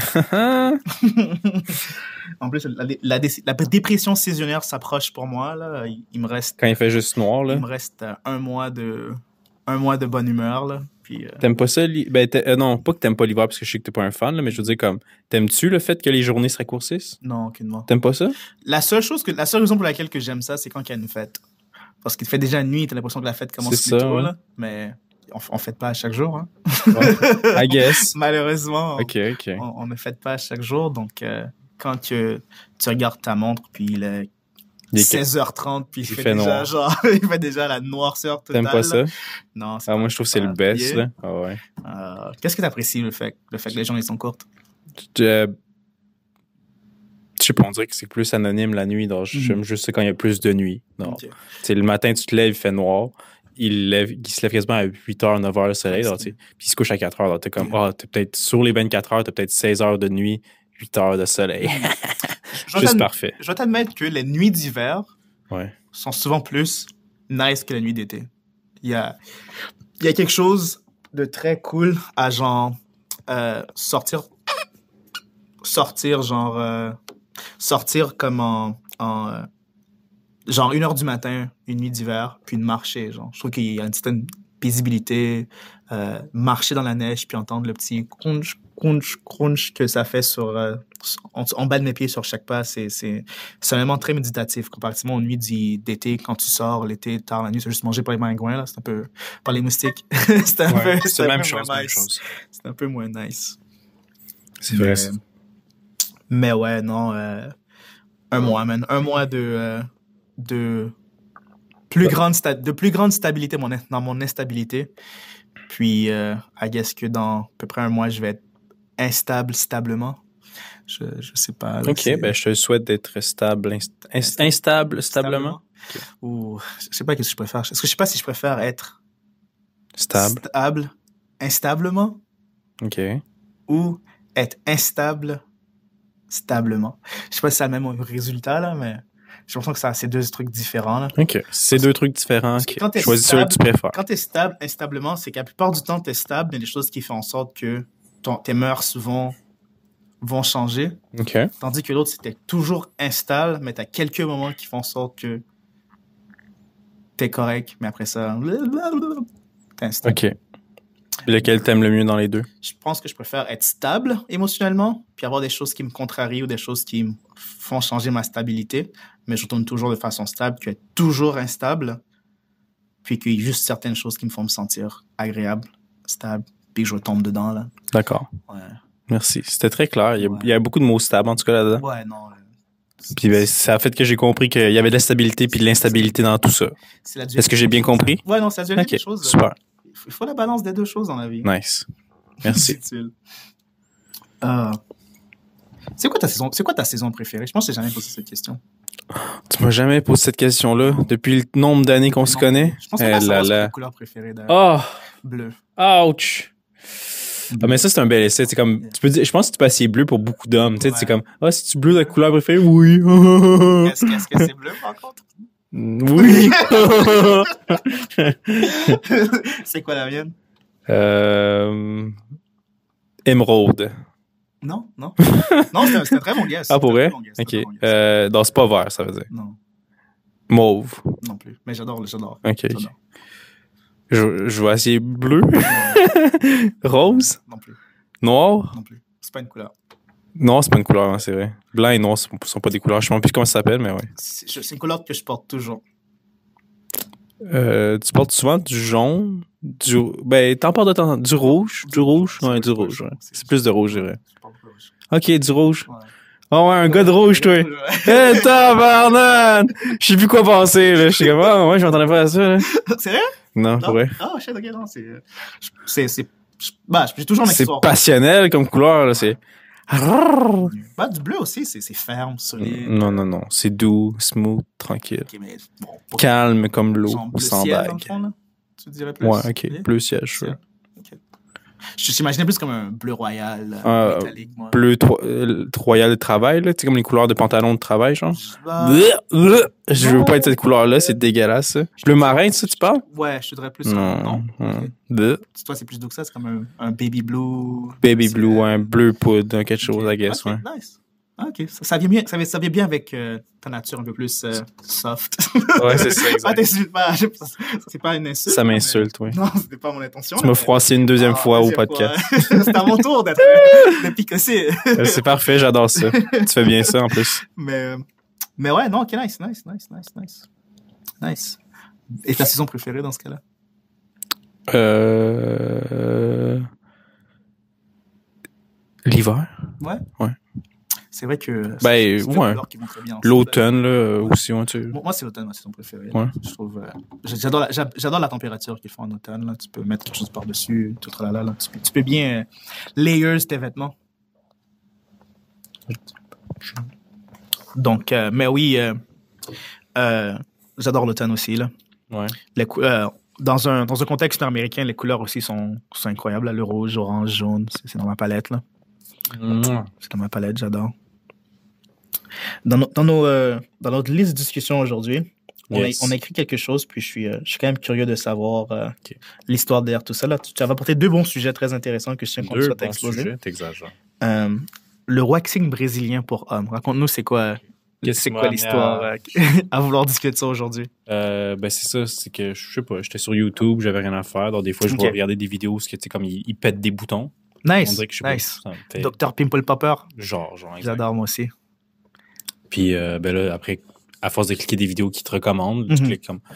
En plus, la dépression saisonnière s'approche pour moi, là. Il me reste. Quand il fait juste noir, là. Il me reste un mois de bonne humeur, là. Puis, T'aimes pas ça? Non, pas que t'aimes pas l'hiver, parce que je sais que t'es pas un fan, là, mais je veux dire, comme, t'aimes-tu le fait que les journées se raccourcissent? non, aucunement. T'aimes pas ça? La seule raison pour laquelle que j'aime ça, c'est quand il y a une fête. Parce qu'il fait déjà nuit, t'as l'impression que la fête commence C'est plus ça, tôt, ouais. là. Mais on fête pas à chaque jour, hein. I guess. Malheureusement, OK. on ne fête pas à chaque jour. Donc, quand tu regardes ta montre, puis il est Il est 16h30, puis il fait déjà, noir. genre, il fait déjà la noirceur totale. T'aimes pas ça? là. Non, c'est Moi, je trouve que c'est le best, là. Ah ouais. Qu'est-ce que t'apprécies, le fait que les journées sont courtes? Je sais pas, on dirait que c'est plus anonyme la nuit. Donc, j'aime juste ça quand il y a plus de nuit. Non. Ok. C'est le matin, tu te lèves, il fait noir. Il se lève quasiment à 8h, 9h le soleil. Ouais, Donc, puis il se couche à 4h. Donc, t'es comme, t'es peut-être sur les 24 heures, t'as peut-être 16 heures de nuit, 8 heures de soleil. Juste parfait. Je dois t'admettre que les nuits d'hiver Ouais. sont souvent plus nice que les nuits d'été. Il y a quelque chose de très cool à genre sortir comme en genre 1h du matin, une nuit d'hiver, puis de marcher. Genre. Je trouve qu'il y a une certaine paisibilité, marcher dans la neige, puis entendre le petit crunch que ça fait en bas de mes pieds sur chaque pas. C'est un élément très méditatif comparativement aux nuits d'été. Quand tu sors l'été, tard la nuit, tu vas juste manger par les maringouins, là. C'est un peu par les moustiques. c'est un peu c'est la même moins chose, nice. C'est un peu moins nice. C'est vrai. Mais ouais, non. Un mois, man. Un mois de plus grande stabilité dans mon instabilité. Puis, I guess que dans à peu près un mois, je vais être instable stablement. Je sais pas. Là, OK, je te souhaite d'être stable, instable, stablement. Okay. Ou, je sais pas qu'est-ce que je préfère. Je sais pas si je préfère être Stable. instablement. OK. Ou être instable stablement. Je sais pas si c'est le même résultat, là, mais j'ai l'impression que c'est deux trucs différents, là. OK. C'est deux trucs différents. Parce que quand t'es Choisis stable, celui que tu préfères. Quand t'es stable, instablement, c'est qu'à la plupart du temps, t'es stable, mais il y a des choses qui font en sorte que tes mœurs vont changer. OK. Tandis que l'autre, c'était toujours instable, mais t'as quelques moments qui font en sorte que t'es correct, mais après ça, t'es instable. OK. Lequel t'aimes le mieux dans les deux? Je pense que je préfère être stable émotionnellement, puis avoir des choses qui me contrarient ou des choses qui me font changer ma stabilité, mais je retourne toujours de façon stable, que être toujours instable, puis qu'il y a juste certaines choses qui me font me sentir agréable, stable, puis que je retombe dedans, là. D'accord. Ouais. Merci. C'était très clair. Il y a beaucoup de mots stables, en tout cas, là-dedans. Ouais, non. Puis ça a fait que j'ai compris qu'il y avait de la stabilité puis de l'instabilité dans tout ça. Est-ce que j'ai bien compris? Ouais, non, c'est la dualité OK, des choses. super. Il faut la balance des deux choses dans la vie. Nice. Merci. Utile. C'est quoi ta saison préférée? Je pense que j'ai jamais posé cette question. Tu m'as jamais posé cette question-là depuis le nombre d'années qu'on se connaît? Je pense que c'est ta couleur préférée Oh! bleu. Ouch! Ah, mais ça, c'est un bel essai. C'est comme, tu peux dire, je pense que tu peux essayer bleu pour beaucoup d'hommes. Tu sais, c'est comme, c'est-tu bleu ta couleur préférée? Oui. Est-ce que c'est bleu, par contre? Oui. C'est quoi la mienne? Émeraude. Non. Non, c'est un très bon guess. Ah, pour vrai? Bon guess, Ok. bon guess. Non, c'est pas vert, ça veut dire. Non, Mauve. non plus. Mais j'adore. Ok. Je vais essayer bleu. Rose. Non plus. Noir. Non plus. C'est pas une couleur. Non, c'est pas une couleur, hein, c'est vrai. Blanc et noir sont pas des couleurs. Je sais même plus comment ça s'appelle, mais ouais. C'est une couleur que je porte toujours. Tu portes souvent du jaune, t'en portes de temps en temps. Du rouge? Du rouge? Ouais, du rouge, ouais. C'est plus de rouge, je dirais. Je porte rouge. Ok, du rouge. Ouais. Oh ouais, un gars de rouge, toi. Eh, tabarnak! Je sais plus quoi penser, là. Je suis comme, ouais, je m'entendais pas à ça, là. C'est vrai? Non, Non? pour vrai. Ah, je sais, ok, non, j'ai toujours une C'est histoire. passionnel comme couleur, là. C'est. Du bleu aussi, c'est ferme, solide. Non. C'est doux, smooth, tranquille. Ok, mais bon. Calme comme l'eau, Genre bleu sans ciel, dans le bague. fond, là? Tu dirais plus? Ouais, ok. Oui? Bleu ciel, je Ciel. Ok. Je t'imaginais plus comme un bleu royal, métallique, moi. Bleu royal de travail, là. Tu sais, comme les couleurs de pantalon de travail, genre. Je veux pas être cette couleur-là, c'est dégueulasse, ça. Bleu marin, tu sais, tu parles? Ouais, je te dirais plus Non. Ok. Toi, c'est plus doux que ça, c'est comme un baby blue. Baby blue, un bleu poudre, quelque chose, I guess, okay, ouais. Nice. Ok, ça vient bien, ça vient bien avec ta nature un peu plus soft. Ouais, c'est ça, exact. T'insultes pas, c'est pas une insulte. Ça m'insulte, oui. Non, c'était pas mon intention. Tu m'as froissé une deuxième fois au podcast. C'est à mon tour de picosser. C'est parfait, j'adore ça. Tu fais bien ça, en plus. Mais ouais, non, ok, nice. Et ta saison préférée dans ce cas-là? L'hiver? Ouais. C'est vrai que ouais. L'automne, là, aussi, ouais, tu sais. Moi, c'est l'automne, ma saison préférée. Ouais. Je trouve. J'adore la température qu'il fait en automne. Là. Tu peux mettre quelque chose par-dessus, tout tralala. Là. Tu peux bien layers tes vêtements. Donc, mais oui, j'adore l'automne aussi. Là. Ouais. Dans un contexte américain, les couleurs aussi sont incroyables. Là. Le rouge, orange, jaune, c'est dans ma palette. Là. C'est dans ma palette, j'adore. Dans notre liste de discussion aujourd'hui, on a écrit quelque chose, puis je suis quand même curieux de savoir l'histoire derrière tout ça. Là, tu avais apporté 2 bons sujets très intéressants que je tiens qu'on soit exposés. 2 bons sujets, t'exagères. Le waxing brésilien pour hommes. Raconte-nous, c'est quoi l'histoire à vouloir discuter de ça aujourd'hui? C'est ça, c'est que, je sais pas, j'étais sur YouTube, j'avais rien à faire. Donc, des fois, je vais regarder des vidéos où comme ils pètent des boutons. Nice, on dirait que je sais pas, Dr Pimple Popper. Genre. J'adore, moi aussi. Puis là, après, à force de cliquer des vidéos qui te recommandent, tu cliques comme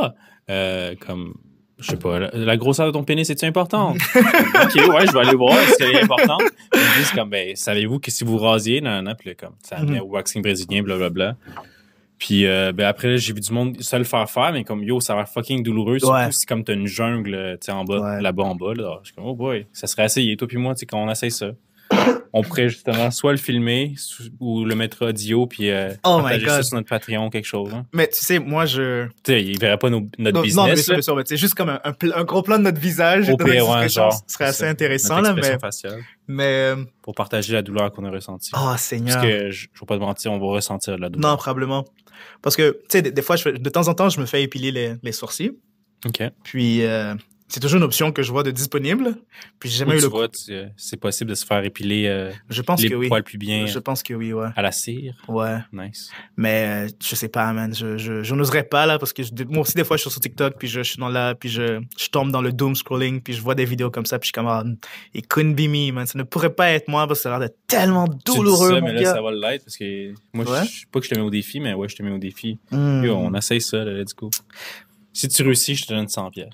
comme je sais pas, la grosseur de ton pénis, c'est-tu important? Ok, ouais, je vais aller voir, est-ce qu'elle est importante? Ils disent comme, savez-vous que si vous rasiez, puis là, comme, ça vient au waxing brésilien, blablabla. Puis après, là, j'ai vu du monde se le faire, mais comme, ça a l'air fucking douloureux, surtout si comme t'as une jungle, tu sais, en bas, là-bas en bas, là. Je suis comme, oh boy, ça serait essayé, toi puis moi, tu sais, quand on essaye ça. On pourrait justement soit le filmer ou le mettre audio puis partager ça sur notre Patreon ou quelque chose. Hein. Mais tu sais, moi, tu sais, ils verraient pas notre business. Non, mais sûr, mais c'est juste comme un gros plan de notre visage. Au pire, ouais, genre. Ce serait assez intéressant, là, mais... Pour partager la douleur qu'on a ressentie. Oh, Seigneur. Parce que, je vais pas te mentir, on va ressentir la douleur. Non, probablement. Parce que, tu sais, des fois, de temps en temps, je me fais épiler les sourcils. OK. Puis... c'est toujours une option que je vois de disponible. Puis j'ai jamais eu c'est possible de se faire épiler je pense les que oui. poils plus bien. Je pense que oui, ouais. À la cire. Ouais. Nice. Mais je sais pas, man. Je n'oserais pas, là, parce que moi aussi, des fois, je suis sur TikTok, puis je suis puis je tombe dans le doom scrolling, puis je vois des vidéos comme ça, puis je suis comme, it couldn't be me, man. Ça ne pourrait pas être moi, parce que ça a l'air d'être tellement douloureux, tu dis ça, mon mais gars. Là, ça va l'être, parce que moi, pas que je te mets au défi, mais ouais, je te mets au défi. Yo, on essaye ça, là, let's go. Si tu réussis, je te donne 100 pièces.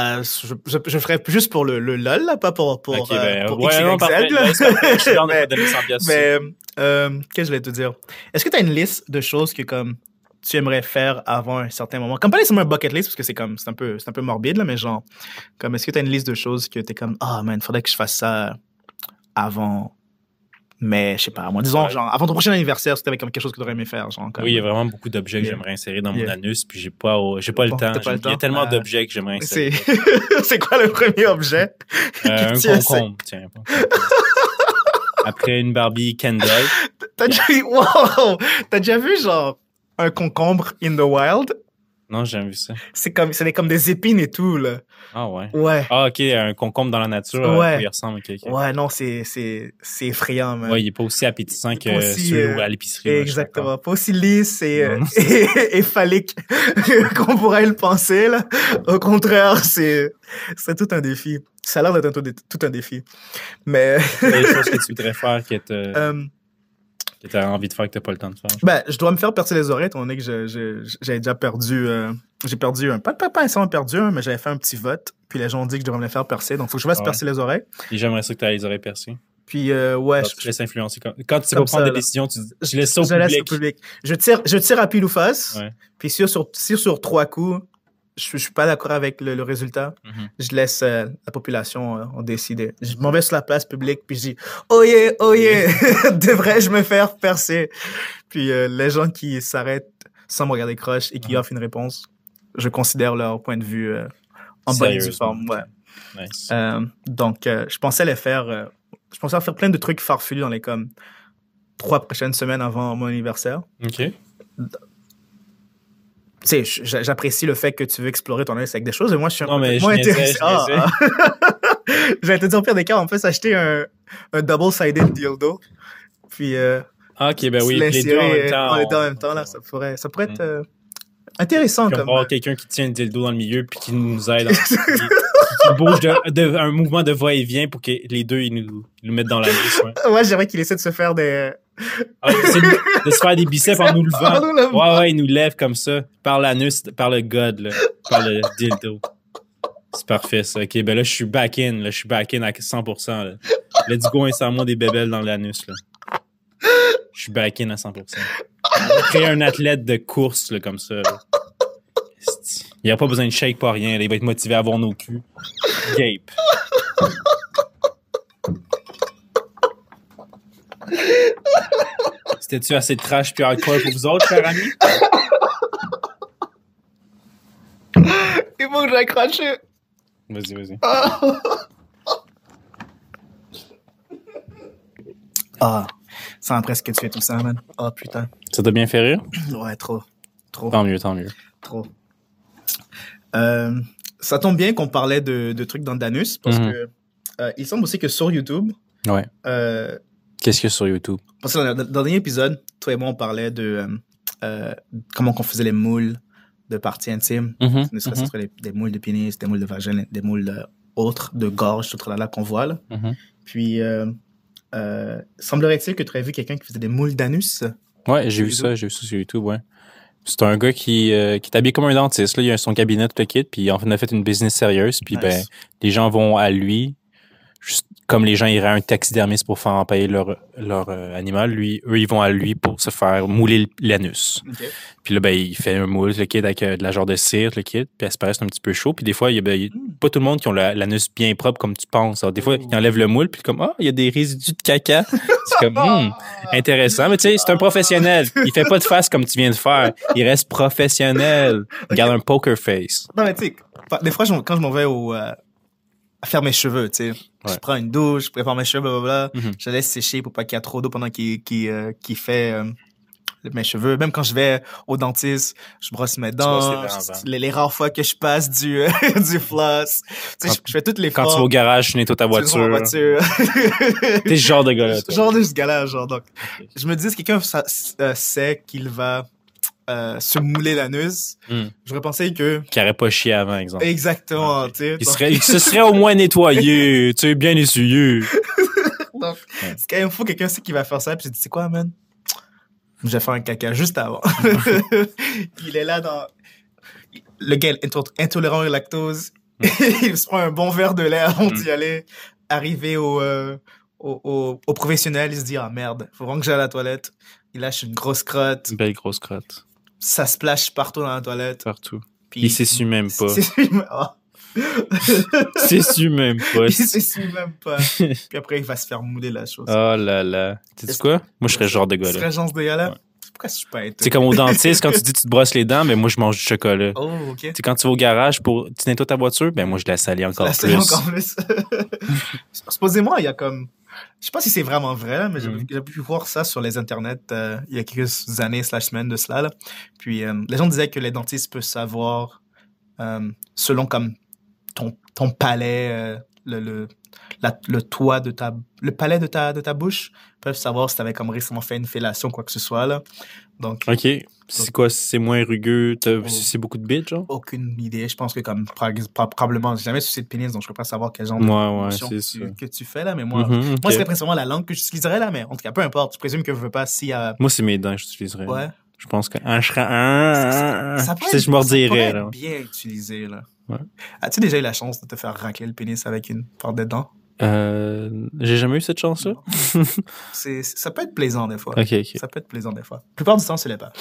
Je ferais juste pour le LOL, là, pas pour pour XYZ, là. Je suis donner 100 pièces. Mais, qu'est-ce que je vais te dire? Est-ce que tu as une liste de choses que, comme, tu aimerais faire avant un certain moment? Comme pas nécessairement un bucket list, parce que c'est un peu morbide, là, mais genre, comme est-ce que tu as une liste de choses que tu es comme, ah, man, faudrait que je fasse ça avant, mais je sais pas, moi, disons, genre, avant ton prochain anniversaire, si t'avais comme quelque chose que tu aurais aimé faire, genre, comme... Oui, il y a vraiment beaucoup d'objets que j'aimerais insérer dans mon anus, puis j'ai pas le temps. T'as pas le Il y a temps? tellement d'objets que j'aimerais insérer. C'est quoi le premier objet? Un concombre, tiens. Après une Barbie Ken doll. Wow! T'as déjà vu, genre, un concombre in the wild? Non, j'ai jamais vu ça. C'est comme des épines et tout, là. Ah ouais? Ouais. Ah, ok, un concombre dans la nature, Ouais. il ressemble. Okay. Ouais, non, c'est effrayant, man. Ouais, il est pas aussi appétissant que aussi, ceux à l'épicerie. Exactement. Pas aussi lisse Non, et phallique qu'on pourrait le penser, là. Au contraire, c'est tout un défi. Ça a l'air d'être tout un défi. Mais... Il y a des choses que tu voudrais faire que tu as envie de faire que tu n'as pas le temps de faire. Ben, je dois me faire percer les oreilles, étant donné que j'avais déjà perdu... j'ai perdu un... Pas nécessairement perdu un, mais j'avais fait un petit vote. Puis les gens ont dit que je devrais me les faire percer. Donc, il faut que je fasse percer les oreilles. Et j'aimerais ça que tu aies les oreilles percées. Puis, ouais... Alors, tu te laisses influencer. Quand tu sais pas prendre des décisions, tu laisses ça au public. Je tire à pile ou face. Ouais. Puis sur 3 coups, je suis pas d'accord avec le résultat. Mm-hmm. Je laisse la population en décider. Je m'en vais sur la place publique, puis je dis « Oh yeah, devrais-je me faire percer? » Puis les gens qui s'arrêtent sans me regarder croche et qui offrent une réponse, je considère leur point de vue en bonne et due forme. Ouais. Nice. Donc, je pensais faire plein de trucs farfelus dans les comme 3 prochaines semaines avant mon anniversaire. OK. Tu sais, j'apprécie le fait que tu veux explorer ton anus avec des choses, et moi, je suis Non, mais moins intéressé. J'allais te dire, au pire des cas, on peut s'acheter un double-sided dildo, puis OK, ben oui, les deux en même temps. Les deux en même temps, là, ça pourrait être intéressant. Puis on comme va avoir quelqu'un qui tient le dildo dans le milieu puis qui nous aide, qui bouge un mouvement de va-et-vient pour que les deux, ils nous mettent dans la liste. Ouais, j'aimerais qu'il essaie de se faire des... de se faire des biceps en nous levant. Ouais, il nous lève comme ça, par l'anus, par le god, là, par le dildo. C'est parfait, ça. OK, ben là, je suis back-in à 100%. Là. Let's go, insère-moi des bébelles dans l'anus, là. Je suis back-in à 100%. On va créer un athlète de course, là, comme ça, là. Il n'y a pas besoin de shake, pas rien. Là. Il va être motivé à avoir nos culs. Gape. C'était-tu assez trash puis hardcore pour vous autres, chers amis? Il faut que j'aille cracher. Vas-y. Ah, ça m'impressionne que tu fais tout ça, man. Ah, putain. Ça t'a bien fait rire? Ouais, trop. Tant mieux. Trop. Ça tombe bien qu'on parlait de trucs dans Danus, parce que il semble aussi que sur YouTube... Ouais. Qu'est-ce qu'il y a sur YouTube? Parce que dans le dernier épisode, toi et moi, on parlait de comment qu'on faisait les moules de parties intimes. Ne serait-ce que des moules de pénis, des moules de vagin, des moules autres, de gorge, tout là qu'on voit. Là. Puis, semblerait-il que tu aurais vu quelqu'un qui faisait des moules d'anus? Ouais, j'ai vu ça sur YouTube, ouais. C'est un gars qui est habillé comme un dentiste. Là. Il a son cabinet, tout le kit, puis il en a fait une business sérieuse. Puis, ben, les gens vont à lui, juste comme les gens iraient à un taxidermiste pour faire empailler leur animal. Eux, ils vont à lui pour se faire mouler l'anus. Okay. Puis là, ben, il fait un moule, le kit, avec de la genre de cire, le kit, puis ça reste un petit peu chaud. Puis des fois, il y a pas tout le monde qui ont l'anus bien propre comme tu penses. Alors, des fois, ils enlèvent le moule, puis comme, il y a des résidus de caca. C'est comme, intéressant. Mais tu sais, c'est un professionnel. Il fait pas de face comme tu viens de faire. Il reste professionnel. Il garde un poker face. Non, mais tu sais, des fois, quand je m'en vais à faire mes cheveux, tu sais. Ouais. Je prends une douche, je prépare mes cheveux, blablabla. Je laisse sécher pour pas qu'il y ait trop d'eau pendant qu'il fait mes cheveux. Même quand je vais au dentiste, je brosse mes dents. Les rares fois que je passe du floss. Tu sais, je fais toutes les fois. Quand tu vas au garage, tu nettoies ta voiture. T'es ce genre de gars-là, toi. Genre de ce gars-là, genre. Donc, je me dis, si quelqu'un sait qu'il va se mouler l'anus, j'aurais pensé qu'il aurait pas chié avant, exemple. Exactement, tu sais. Il se serait au moins nettoyé, tu sais, bien essuyé. Donc, c'est quand même fou quelqu'un sait qu'il va faire ça, puis j'ai dit, c'est quoi, man? Je vais faire un caca juste avant. Il est là dans... Le gars est intolérant au lactose. Il se prend un bon verre de lait avant d'y aller. Arrivé au professionnel, il se dit, ah merde, faut vraiment que j'aille à la toilette. Il lâche une grosse crotte. Une belle grosse crotte. ça splash partout dans la toilette. Partout. Puis Il s'essuie même pas. Oh. Il s'essuie même pas. Il s'essuie même pas. Puis après, il va se faire mouler la chose. Oh là là. Tu sais quoi? Moi, je serais ce genre de Tu gars-là. serais genre de gars-là? Ouais. Pourquoi je suis pas C'est comme au dentiste, quand tu dis que tu te brosses les dents, ben moi, je mange du chocolat. Oh, ok. Tu sais, quand tu vas au garage pour tu nettoies ta voiture, ben moi, je la salis encore La plus. série encore plus. Supposément, il y a comme... Je sais pas si c'est vraiment vrai, là, mais j'ai pu voir ça sur les internets il y a quelques années / semaines de cela. Là. Puis les gens disaient que les dentistes peuvent savoir, selon comme ton palais, le toit de le palais de ta bouche, peuvent savoir si tu avais comme récemment fait une fellation, quoi que ce soit. Là. Donc, OK. C'est quoi? C'est moins rugueux? C'est beaucoup de bits, genre? aucune idée. Je pense que comme probablement, j'ai jamais sucé de pénis, donc je peux pas savoir quel genre de Ouais, motion c'est ça. que tu fais là. Mais moi, Mhm, ok. moi, c'est principalement la langue que j'utiliserais là. Mais en tout cas, peu importe. Je présume que je veux pas si. Moi, c'est mes dents que j'utiliserais. Ouais. Je pense que je serais Ça tu sais, je mordirais, pourrait là. être bien utilisé là. Ouais. As-tu déjà eu la chance de te faire racler le pénis avec une porte de dents? J'ai jamais eu cette chance-là. Ça peut être plaisant des fois. OK. Ça peut être plaisant des fois. La plupart du temps, ce n'est pas.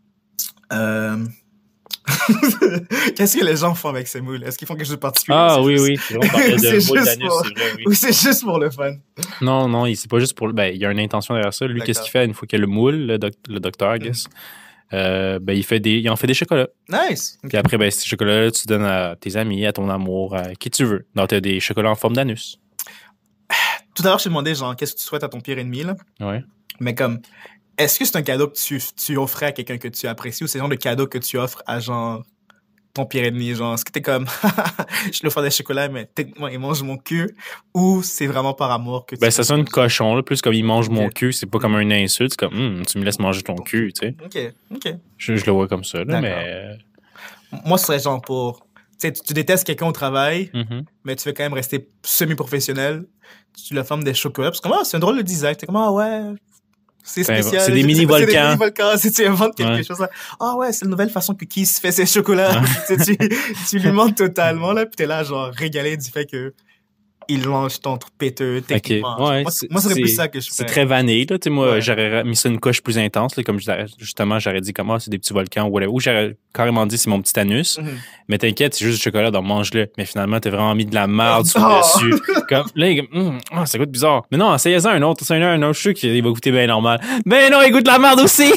Qu'est-ce que les gens font avec ces moules? Est-ce qu'ils font quelque chose de particulier? Ah oui. C'est vraiment parler C'est de juste moule d'anus, pour- c'est vrai, oui. Ou c'est juste pour le fun? Non, c'est pas juste pour... Ben, il y a une intention derrière ça. Lui, D'accord. qu'est-ce qu'il fait une fois qu'il a le moule, le docteur, I guess? Ben, il en fait des chocolats. Nice! Puis après, ben, ces chocolats-là, tu donnes à tes amis, à ton amour, à qui tu veux. Donc, t'as des chocolats en forme d'anus. Tout à l'heure, je t'ai demandé, genre, qu'est-ce que tu souhaites à ton pire ennemi, là? Ouais. Mais comme, est-ce que c'est un cadeau que tu offrais à quelqu'un que tu apprécies ou c'est le genre de cadeau que tu offres à, genre, ton pire ennemi? Genre, est-ce que t'es comme, je lui offre des chocolats, mais techniquement, il mange mon cul? Ou c'est vraiment par amour que tu... Ben, ça sonne cochon, là. Plus comme il mange mon Ok. cul, c'est pas comme une insulte. C'est comme, tu me laisses manger ton cul, tu sais. Ok. Je le vois comme ça, là, D'accord. mais... Moi, ce serait genre pour... Tu sais, tu détestes quelqu'un au travail, Mhm. mais tu veux quand même rester semi-professionnel. Tu lui offres des chocolats. Parce que, c'est un drôle de design. T'es comme, ouais, c'est spécial. C'est des C'est mini-volcans. des mini-volcans. Si tu inventes quelque Ouais. chose, là. Ouais, c'est la nouvelle façon que Kiss fait ses chocolats. Tu lui mens totalement, là. Puis t'es là, genre, régalé du fait que il mange ton truc péteux, techniquement. Ouais, moi, ça serait plus ça que je fais. C'est très vanille, là. Tu sais, moi, Ouais. j'aurais mis ça une coche plus intense, là, comme justement, j'aurais dit comment c'est des petits volcans ou whatever. Ou j'aurais carrément dit c'est mon petit anus. Mhm. Mais t'inquiète, c'est juste du chocolat, donc mange-le. Mais finalement, t'as vraiment mis de la merde Oh! dessus. Comme, là, il est comme, ça goûte bizarre. Mais non, essayez-en un autre, je suis sûr qu'il va goûter bien normal. Mais non, il goûte la merde aussi!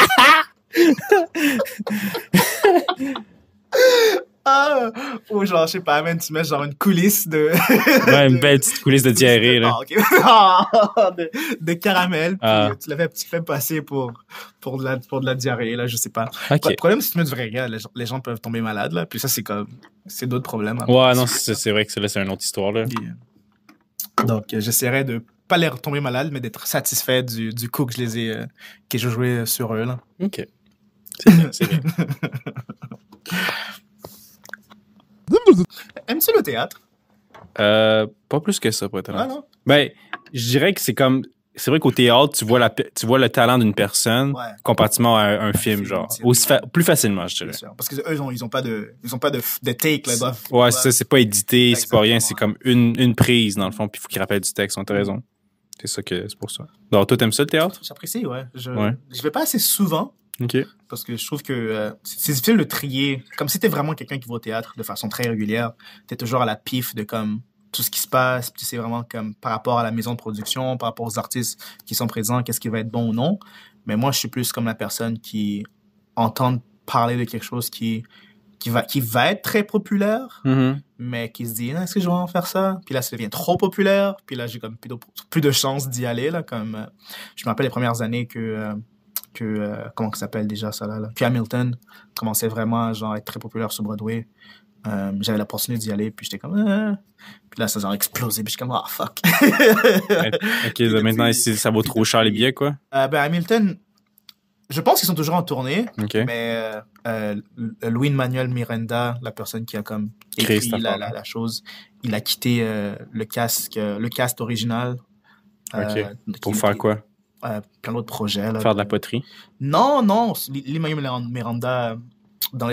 Ou genre, je sais pas, man, tu mets genre une coulisse de... Ouais, une belle petite coulisse de diarrhée, là. De caramel, puis Ah. tu fais passer pour de la diarrhée, là, je sais pas. OK. Le problème, c'est que tu mets du vrai gars, les gens peuvent tomber malades, là, puis ça, c'est d'autres problèmes. hein. Ouais, non, c'est vrai que ça, là, c'est une autre histoire, là. Donc, j'essaierai de pas les tomber malades, mais d'être satisfait du coup que que j'ai joué sur eux, là. OK. C'est bien, c'est bien. Aimes-tu le théâtre? Pas plus que ça, pour être honnête. Ah non? Ben, je dirais que c'est comme... C'est vrai qu'au théâtre, tu vois le talent d'une personne Ouais. comparativement à un film, film, genre. c'est- Plus facilement, je Bien dirais. sûr. Parce que eux, ils ont pas de take, là, doivent- Ouais, c'est ça, c'est pas édité, c'est pas rien, c'est Exactement. comme une prise, dans le fond, puis il faut qu'il rappelle du texte, on t'a raison. C'est pour ça. Donc, toi, t'aimes ça, le théâtre? J'apprécie, ouais. Ouais. Je vais pas assez souvent, OK. parce que je trouve que c'est difficile de trier. Comme si t'es vraiment quelqu'un qui va au théâtre de façon très régulière, t'es toujours à la pif de comme tout ce qui se passe, puis c'est vraiment comme par rapport à la maison de production, par rapport aux artistes qui sont présents, qu'est-ce qui va être bon ou non. Mais moi, je suis plus comme la personne qui entend parler de quelque chose qui va être très populaire, mais qui se dit, est-ce que je vais en faire ça? Puis là, ça devient trop populaire, puis là, j'ai comme plus de chances d'y aller, là, comme, je me rappelle les premières années que comment ça s'appelle déjà ça, là? Que Hamilton commençait vraiment à, genre, être très populaire sur Broadway. J'avais l'opportunité d'y aller, puis j'étais comme, puis là, ça a genre explosé, puis je suis comme, fuck. OK, là, maintenant, ça vaut trop cher, les billets, quoi. Ben, Hamilton, je pense qu'ils sont toujours en tournée, OK. mais Louis-Manuel Miranda, la personne qui a comme Créé écrit cette affaire. la chose, il a quitté le cast original. OK. Pour faire quoi? Plein d'autres projets. Là, Faire de la poterie? Non, Louis-Manuel Miranda, dans les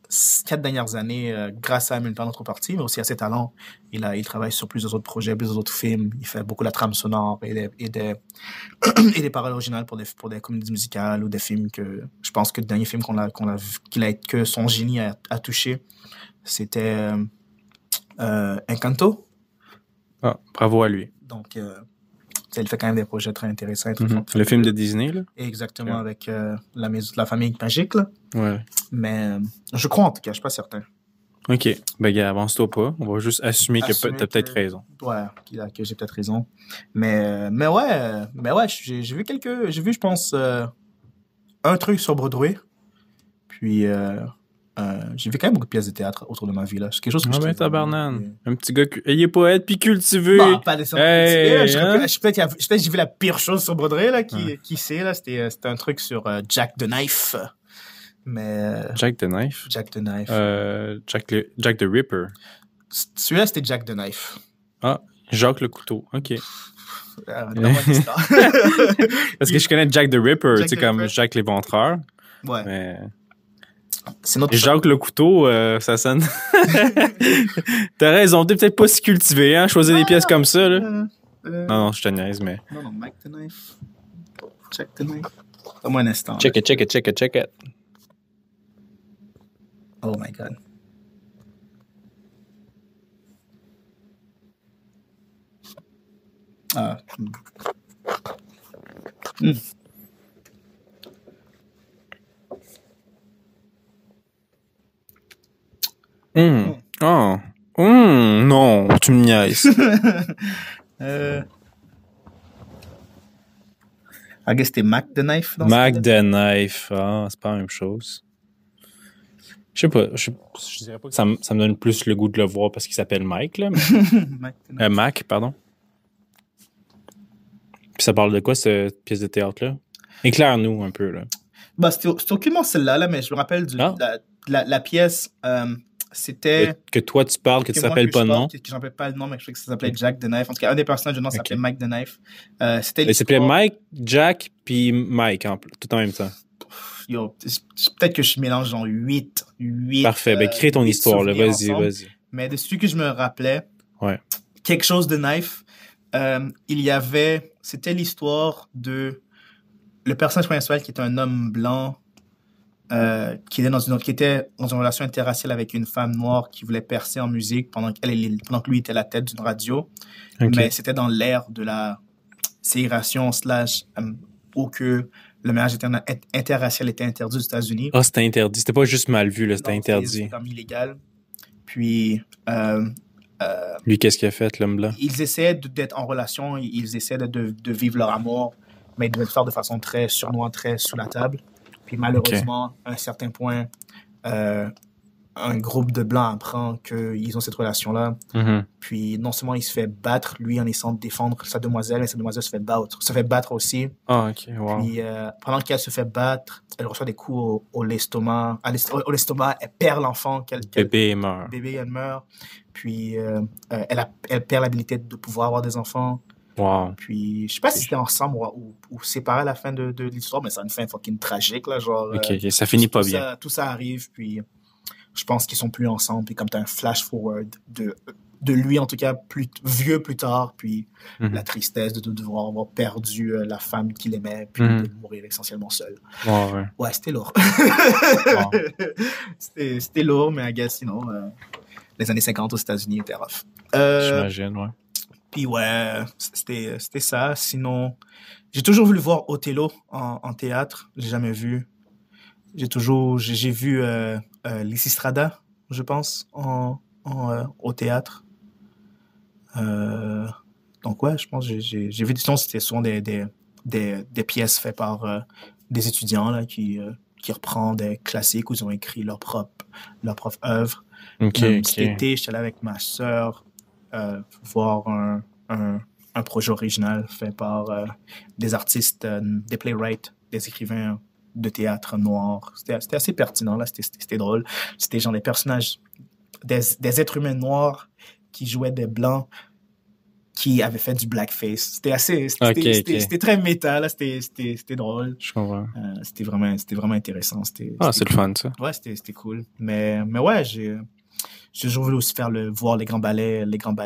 4 dernières années, grâce à Hamilton, notre partie, mais aussi à ses talents. Il travaille sur plusieurs autres projets, plusieurs autres films. Il fait beaucoup la trame sonore et des paroles originales pour des comédies musicales ou des films que je pense que le dernier film que son génie a touché, c'était Encanto. Ah, bravo à lui. Donc, il fait quand même des projets très intéressants. Le film de Disney, là. Exactement, avec la famille magique, là. Ouais. Mais je crois en tout cas, je suis pas certain. OK. Ben, gars, avance-toi pas. On va juste assumer que t'as peut-être raison. Ouais, que j'ai peut-être raison. Mais ouais, j'ai vu, je pense, un truc sur Broadway. Puis, j'ai vu quand même beaucoup de pièces de théâtre autour de ma vie, là. C'est quelque chose que Ah je ben, trouve tabarnane. Un petit gars, il est poète puis cultivé. Bah, pas nécessairement Hey, cultivé, hein? peut-être j'ai vu la pire chose sur Broadway, là, qui sait, là. C'était un truc sur Jack the Knife. Mais. Jack the Knife. Jack the Knife. Jack the Ripper. Celui-là, c'était Jack the Knife. Ah, Jacques le couteau. OK. Donne-moi une histoire. Parce que je connais Jack the Ripper, Jack tu sais, the comme Ripper. Jack l'éventreur. Ouais. Mais C'est notre et Jacques le couteau, ça sonne. T'as raison, t'es peut-être pas si cultivé, hein, choisir des pièces comme ça, là. Non, je te niaise, mais. Non, Mike the Knife. Jack the Knife. Donne-moi un instant. Check it. Oh my god. Ah. Oh. Non, tu me niaises. I guess c'était Mac the Knife. Dans Mac ce the Knife. Ah, c'est pas la même chose. Je sais pas. Je dirais pas que ça me donne plus le goût de le voir parce qu'il s'appelle Mike, là. Mac the Knife. Mac, pardon. Puis ça parle de quoi, cette pièce de théâtre-là? Éclaire-nous un peu, là. Bah, c'était aucunement celle-là, là, mais je me rappelle la pièce. C'était. Que toi, tu parles, que tu t'appelles pas le nom. Que je ne rappelle pas le nom, mais je sais que ça s'appelait Jack the Knife. En tout cas, un des personnages du nom s'appelait Mike the Knife. Il s'appelait Mike, Jack, puis Mike, tout en même temps. Yo, peut-être que je mélange en 8. Parfait, ben crée ton histoire, là. Vas-y. Mais de celui que je me rappelais, ouais. Quelque chose de Knife, c'était l'histoire de le personnage principal qui est un homme blanc qui était dans une relation interraciale avec une femme noire qui voulait percer en musique pendant que lui était la tête d'une radio. Okay. Mais c'était dans l'ère de la ségrégation / où que le mariage interracial était interdit aux États-Unis. Ah, c'était interdit. C'était pas juste mal vu, là, c'était interdit. C'était comme illégal. Puis lui, qu'est-ce qu'il a fait, l'homme blanc? Ils essaient d'être en relation, ils essaient de vivre leur amour, mais ils doivent le faire de façon très sournoise, très sous la table. Puis malheureusement, à un certain point, un groupe de Blancs apprend qu'ils ont cette relation-là. Mm-hmm. Puis non seulement il se fait battre, lui, en essayant de défendre sa demoiselle, mais sa demoiselle se fait battre aussi. Ah, OK, wow. Puis pendant qu'elle se fait battre, elle reçoit des coups au l'estomac. Au l'estomac, elle perd l'enfant. Bébé meurt. Bébé, elle meurt. Puis elle perd l'habilité de pouvoir avoir des enfants. Wow. Puis je sais pas si c'était ensemble ou séparés à la fin de l'histoire, mais c'est une fin fucking tragique, là, genre. OK, ça finit pas bien. Tout ça arrive, puis je pense qu'ils sont plus ensemble, puis comme t'as un flash forward de lui, en tout cas, plus tard, puis la tristesse de devoir avoir perdu la femme qu'il aimait, puis de mourir essentiellement seul. Ouais, c'était lourd. Wow. C'était lourd, mais I guess, sinon, les années 50 aux États-Unis étaient rough. J'imagine, ouais. Puis ouais, c'était ça. Sinon, j'ai toujours voulu voir Othello en théâtre. J'ai jamais vu. J'ai vu Lysistrata, je pense, au théâtre. Donc ouais, je pense que j'ai vu. Sinon, c'était souvent des pièces faites par des étudiants là qui reprennent des classiques où ils ont écrit leur propre œuvre. Cet été, j'étais allé avec ma sœur voir un projet original fait par des artistes, des playwrights, des écrivains de théâtre noirs. C'était assez pertinent, là. C'était drôle. C'était genre des personnages, des êtres humains noirs qui jouaient des blancs qui avait fait du blackface. C'était très méta, là. C'était drôle. Je comprends. C'était vraiment intéressant. C'est cool. le fun, ça. Ouais, c'était cool. Mais ouais, j'ai toujours voulu aussi voir les grands ballets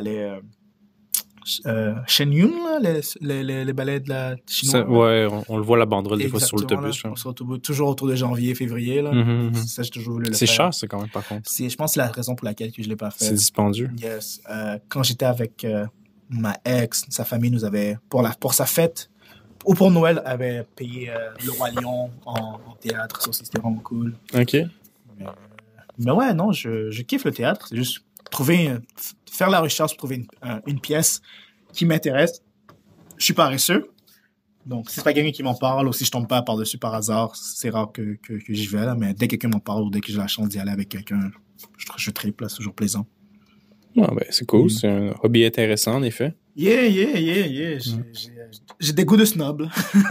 Shen Yun, là, les ballets de la chinoise. Ouais, on le voit la banderole des fois sur l'autobus. Toujours autour de janvier, février. Là. Ça, j'ai toujours voulu le faire. C'est cher, c'est quand même, par contre. Je pense que c'est la raison pour laquelle je ne l'ai pas fait. C'est dispendieux. Yes. Quand j'étais avec ma ex, sa famille nous avait, pour sa fête, ou pour Noël, avait payé Le Roi Lion en théâtre. Ça aussi, c'était vraiment cool. OK. Mais ouais, non, je kiffe le théâtre. C'est juste faire la recherche pour trouver une pièce qui m'intéresse. Je suis paresseux. Donc, si c'est pas quelqu'un qui m'en parle ou si je tombe pas par-dessus par hasard, c'est rare que j'y vais, là. Mais dès que quelqu'un m'en parle ou dès que j'ai la chance d'y aller avec quelqu'un, je triple, c'est toujours plaisant. Ah, ben, c'est cool. C'est un hobby intéressant, en effet. Yeah. J'ai des goûts de snob.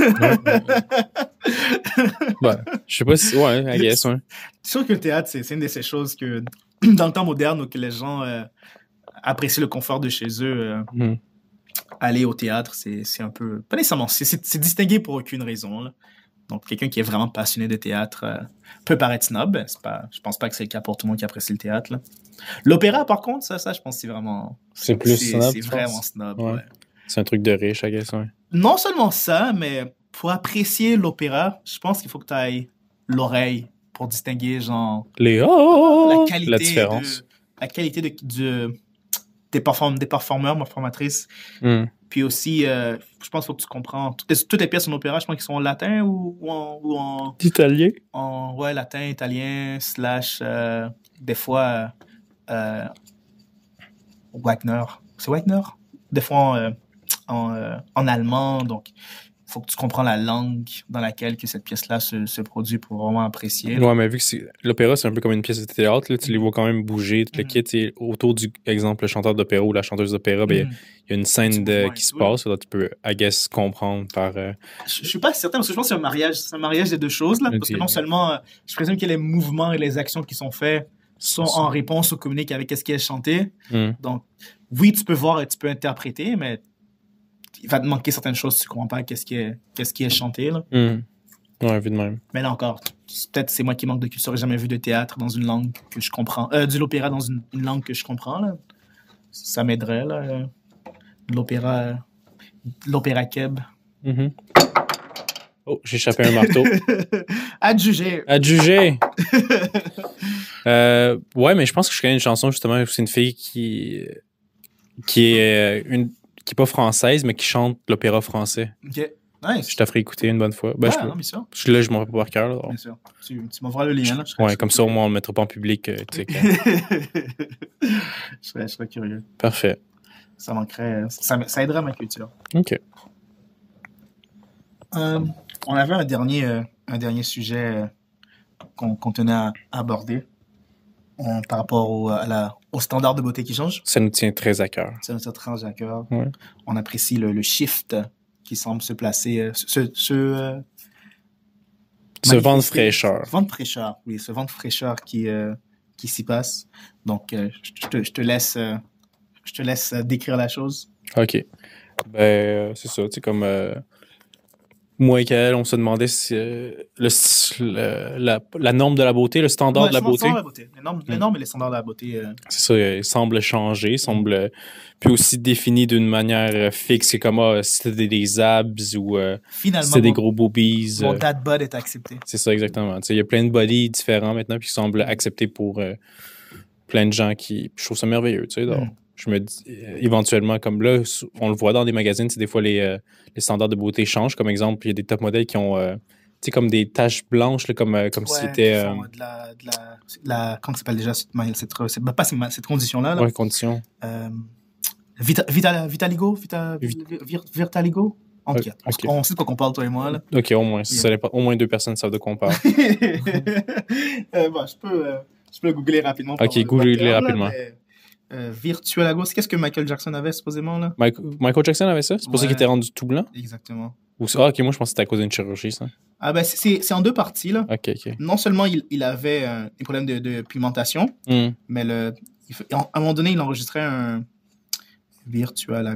Ouais, je sais pas si... Ouais, I guess, ouais. C'est sûr que le théâtre, c'est une de ces choses que, dans le temps moderne, où que les gens apprécient le confort de chez eux, aller au théâtre, c'est un peu... Pas nécessairement, c'est distingué pour aucune raison, là. Donc, quelqu'un qui est vraiment passionné de théâtre peut paraître snob. Je pense pas que c'est le cas pour tout le monde qui apprécie le théâtre, là. L'opéra, par contre, ça, je pense que c'est vraiment... C'est plus snob, c'est vraiment snob, ouais. ouais. C'est un truc de riche, I guess, ouais. Non seulement ça, mais pour apprécier l'opéra, je pense qu'il faut que tu ailles l'oreille pour distinguer, genre... La différence. La qualité des performeurs, performatrices. Puis aussi, je pense qu'il faut que tu comprends... Toutes les pièces en opéra, je pense qu'ils sont en latin ou en... Italien? Ouais, latin, italien, / des fois... Wagner. C'est Wagner? Des fois en allemand, donc il faut que tu comprends la langue dans laquelle que cette pièce-là se produit pour vraiment apprécier. Ouais, mais vu que l'opéra, c'est un peu comme une pièce de théâtre, là, tu les vois quand même bouger, tout le kit, autour du, exemple, le chanteur d'opéra ou la chanteuse d'opéra, ben, il y a une scène qui se passe, là, tu peux, I guess, comprendre par... Je suis pas certain, parce que je pense que c'est un mariage des deux choses, là, parce que non seulement, je présume que les mouvements et les actions qui sont faits sont en réponse ou communiquent avec ce qui est chanté. Donc, oui, tu peux voir et tu peux interpréter, mais il va te manquer certaines choses si tu comprends pas qu'est-ce qui est chanté, là. Ouais, vu de même. Mais là encore, peut-être c'est moi qui manque de culture. J'ai jamais vu de théâtre dans une langue que je comprends. De l'opéra dans une langue que je comprends, là. Ça m'aiderait, là. L'opéra keb. Oh, j'ai échappé un marteau. Adjugé. Ouais, mais je pense que je connais une chanson, justement, où c'est une fille qui est pas française, mais qui chante l'opéra français. OK. Nice. Je t'ai fait écouter une bonne fois. Ben, non, bien sûr. Là, je m'en rappelle pas par cœur. Là. Bien sûr. Tu m'envoies le lien, là. Ouais, comme ça, au moins, on le mettra pas en public. Tu sais, je serais curieux. Parfait. Ça manquerait... Ça aiderait à ma culture. OK. On avait un dernier sujet qu'on tenait à aborder par rapport au standard de beauté qui change. Ça nous tient très à cœur. Ça nous tient très à cœur. Ouais. On apprécie le shift qui semble se placer, ce vent de fraîcheur. Vent de fraîcheur, oui, ce vent de fraîcheur qui s'y passe. Donc, je te laisse décrire la chose. OK. Ben, c'est ça, tu sais, comme... moi et Kael, on se demandait si la norme de la beauté, le standard de la beauté. Les normes et les standards de la beauté. C'est ça, semble changer, puis aussi défini d'une manière fixe. C'est comme si c'était des abs ou si c'était des gros boobies. Mon dad bod est accepté. C'est ça, exactement. Il y a plein de bodies différents maintenant qui semblent acceptés pour plein de gens qui... Je trouve ça merveilleux, tu sais. Donc, je me dis, éventuellement, comme là, on le voit dans des magazines, des fois, les standards de beauté changent. Comme exemple, il y a des top modèles qui ont, tu sais, comme des taches blanches, là, comme si c'était... comment ça s'appelle déjà cette condition-là? Là. Ouais, condition. Vitaligo? Virtaligo? En tout cas, on sait de quoi qu'on parle, toi et moi. Là. OK, au moins. Au moins 2 personnes savent de quoi on parle. Bon, je peux googler rapidement. OK, googler rapidement. Virtualago, c'est qu'est-ce que Michael Jackson avait supposément là? Michael Jackson avait ça? C'est pour ça qu'il était rendu tout blanc? Exactement. OK, moi je pense que c'était à cause d'une chirurgie, ça. Ah ben c'est en 2 parties là. OK. Non seulement il avait des problèmes de pigmentation, mais à un moment donné, il enregistrait un Virtualago.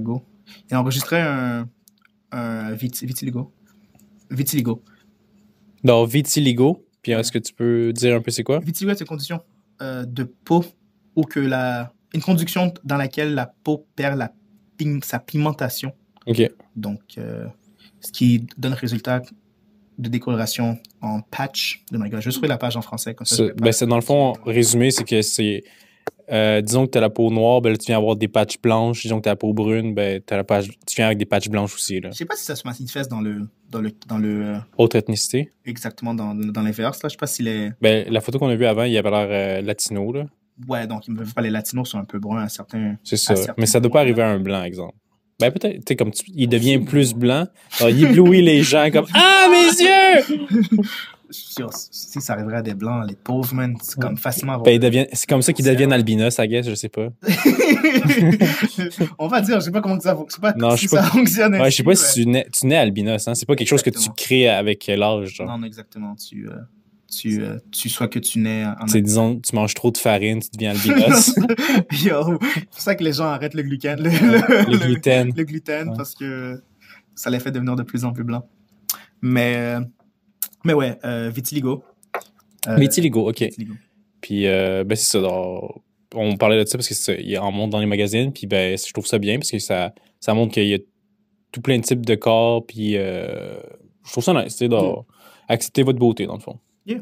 Il enregistrait un vitiligo. Vitiligo. Donc, vitiligo. Puis est-ce que tu peux dire un peu c'est quoi? Vitiligo, c'est une condition de peau ou une condition dans laquelle la peau perd sa pigmentation. OK. Donc, ce qui donne résultat de décoloration en patch. Oh my God, je vais trouver la page en français. Comme ça, c'est dans le fond, résumé, c'est que c'est... disons que tu as la peau noire, ben là, tu viens avoir des patchs blanches. Disons que tu as la peau brune, ben tu viens avec des patchs blanches aussi. Là. Je sais pas si ça se manifeste dans le Autre ethnicité? exactement dans l'inverse. Là. Je sais pas si Ben, la photo qu'on a vue avant, il avait l'air latino. Là. Ouais, donc les latinos sont un peu bruns à certains. C'est ça. Mais ça doit pas arriver à un blanc, exemple. Ben peut-être, tu sais, comme il devient plus blanc, alors, il éblouit les gens comme « Ah, mes yeux! » Si ça arriverait à des blancs, les pauvres, man, c'est comme facilement... Ben, c'est comme ça qu'ils deviennent albinos, I guess, je sais pas. On va dire, je sais pas comment ça fonctionne. Non, ça fonctionne. Ouais, je sais pas si tu nais albinos, hein. C'est pas quelque chose que tu crées avec l'âge, genre. Non, exactement. Soit que tu nais c'est disons, tu manges trop de farine, tu deviens albinos. Yo, c'est pour ça que les gens arrêtent le gluten. Le gluten. Le gluten, parce que ça les fait devenir de plus en plus blancs. Mais ouais, vitiligo. Vitiligo, OK. Vitiligo. Puis, ben, c'est ça. On parlait de ça parce qu'il en montre dans les magazines. Puis, ben, je trouve ça bien parce que ça montre qu'il y a tout plein de types de corps. Puis, je trouve ça nice, tu sais, accepter votre beauté, dans le fond. Yeah.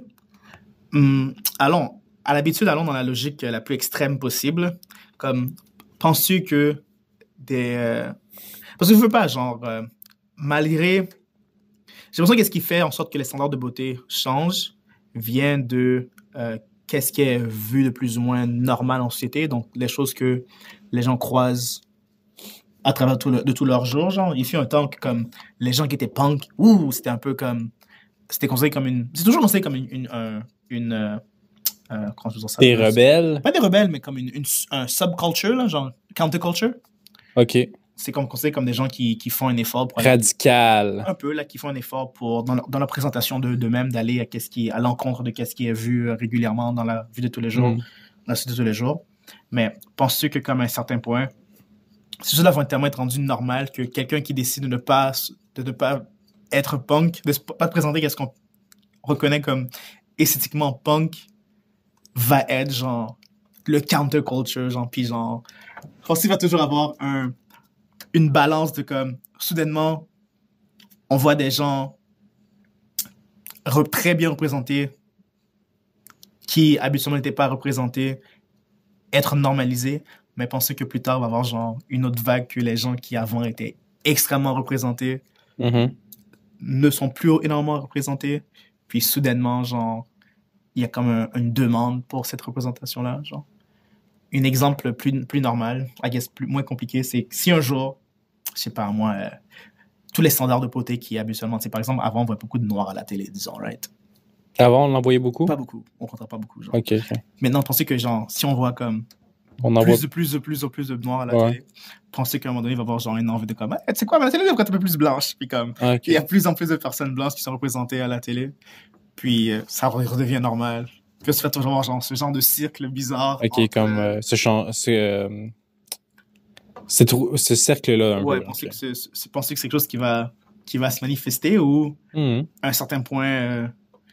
À l'habitude, allons dans la logique la plus extrême possible. Comme, penses-tu que parce que je veux pas, genre, malgré... J'ai l'impression que ce qui fait en sorte que les standards de beauté changent vient de qu'est-ce qui est vu de plus ou moins normal en société. Donc, les choses que les gens croisent à travers de tous leurs jours. Genre, il fut un temps que comme les gens qui étaient punk, c'était un peu comme... C'était considéré comme une... C'est toujours considéré comme comment je veux dire ça? Des rebelles? Pas des rebelles, mais comme un subculture, là, genre counterculture. OK. C'est considéré comme des gens qui font un effort pour... Radical. Un peu, là, qui font un effort pour, dans la présentation d'eux-mêmes, d'aller à l'encontre de ce qui est vu régulièrement dans la vie de tous les jours, dans la société de tous les jours. Mais penses-tu que, comme à un certain point, ces choses-là vont tellement être rendues normales que quelqu'un qui décide de ne pas être punk, de ne pas présenter qu'est-ce qu'on reconnaît comme esthétiquement punk, va être, genre, le counterculture, genre, puis genre... Je pense qu'il va toujours avoir une balance de comme, soudainement, on voit des gens très bien représentés qui habituellement n'étaient pas représentés être normalisés, mais penser que plus tard, on va avoir genre une autre vague que les gens qui avant étaient extrêmement représentés ne sont plus énormément représentés, puis soudainement, genre, il y a comme une demande pour cette représentation-là, genre. Un exemple plus normal, I guess moins compliqué, c'est que si un jour, je sais pas, moi, tous les standards de beauté qui habituellement, par exemple, avant, on voit beaucoup de noirs à la télé, disons, right? Avant, on en voyait beaucoup? Pas beaucoup. On rentre pas beaucoup, genre. OK. Maintenant, pensez que, genre, si on voit comme plus de noirs à la télé, pensez qu'à un moment donné, il va y avoir, genre, une envie de comme, tu sais quoi, mais la télé devrait être un peu plus blanche. Puis comme, il y a plus en plus de personnes blanches qui sont représentées à la télé. Puis, ça redevient normal. Puis, ça fait toujours, genre, ce genre de cercle bizarre. OK, comme ce cercle-là. Ouais, pensez que c'est quelque chose qui va se manifester ou, à un certain point,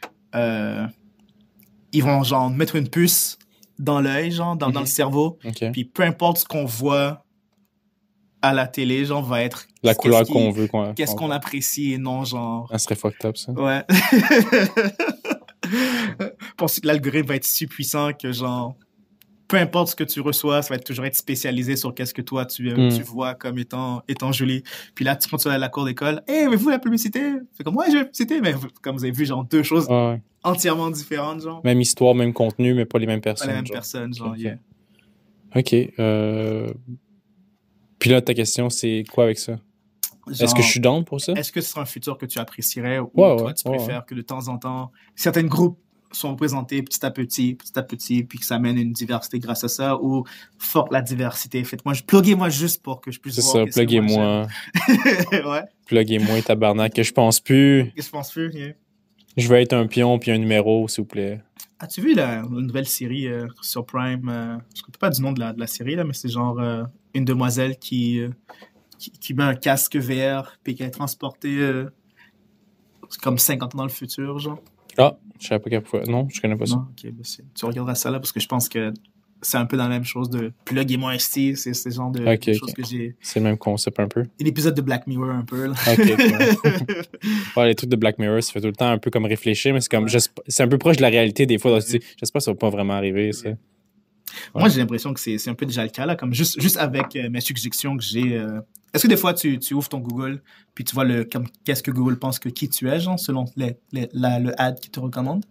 ils vont, genre, mettre une puce dans l'œil, genre, dans le cerveau. Okay. Puis peu importe ce qu'on voit à la télé, genre, va être... La couleur qu'on veut. Qu'est-ce qu'on apprécie et non, genre... Ça serait fucked up, ça. Ouais. Pensez que l'algorithme va être si puissant que, genre, peu importe ce que tu reçois, ça va toujours être spécialisé sur qu'est-ce que toi, tu vois comme étant joli. Puis là, quand tu vas à la cour d'école, « Hey, mais vous, la publicité? » C'est comme, « Ouais, j'ai la publicité. » Mais comme vous avez vu, genre, deux choses entièrement différentes, genre. Même histoire, même contenu, mais pas les mêmes personnes. Pas les mêmes personnes, genre, yeah. OK. Puis là, ta question, c'est quoi avec ça? Genre, est-ce que je suis down pour ça? Est-ce que ce sera un futur que tu apprécierais ou toi, tu préfères que de temps en temps, certains groupes sont représentés petit à petit, puis que ça amène une diversité grâce à ça, ou fuck la diversité, pluguez-moi juste pour que je puisse voir. C'est ça, pluguez-moi. Ouais. Pluguez-moi, tabarnak, que je pense plus. Yeah. Je veux être un pion puis un numéro, s'il vous plaît. As-tu vu la nouvelle série sur Prime? Je ne sais pas du nom de la série, là, mais c'est genre une demoiselle qui qui met un casque VR puis qui est transporté comme 50 ans dans le futur, genre. Ah, je savais pas qu'elle pouvait. Non, je connais pas ça. Non, ok, ben tu regarderas ça là parce que je pense que c'est un peu dans la même chose de plug-moi ST, c'est ce genre de choses que j'ai. C'est le même concept un peu. Et l'épisode de Black Mirror un peu, là. Ouais, les trucs de Black Mirror, ça fait tout le temps un peu comme réfléchir, mais c'est comme, c'est un peu proche de la réalité des fois. Donc, j'espère que ça va pas vraiment arriver, ça. Ouais. Moi, j'ai l'impression que c'est un peu déjà le cas, là, comme juste avec mes suggestions que j'ai. Est-ce que des fois, tu ouvres ton Google, puis tu vois comme qu'est-ce que Google pense que qui tu es, genre, selon le ad qui te recommande?